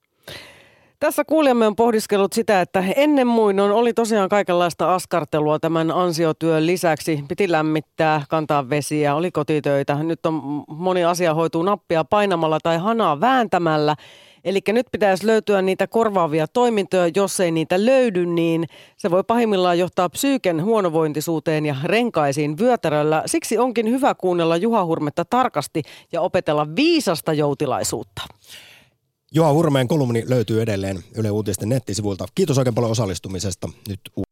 Tässä kuulijamme on pohdiskellut sitä, että ennen muinoin oli tosiaan kaikenlaista askartelua tämän ansiotyön lisäksi. Piti lämmittää, kantaa vesiä, oli kotitöitä. Nyt on moni asia hoituu nappia painamalla tai hanaa vääntämällä. Eli nyt pitäisi löytyä niitä korvaavia toimintoja. Jos ei niitä löydy, niin se voi pahimmillaan johtaa psyyken huonovointisuuteen ja renkaisiin vyötäröllä. Siksi onkin hyvä kuunnella Juha Hurmetta tarkasti ja opetella viisasta joutilaisuutta. Juha Hurmeen kolumni löytyy edelleen Yle Uutisten nettisivuilta. Kiitos oikein paljon osallistumisesta. Nyt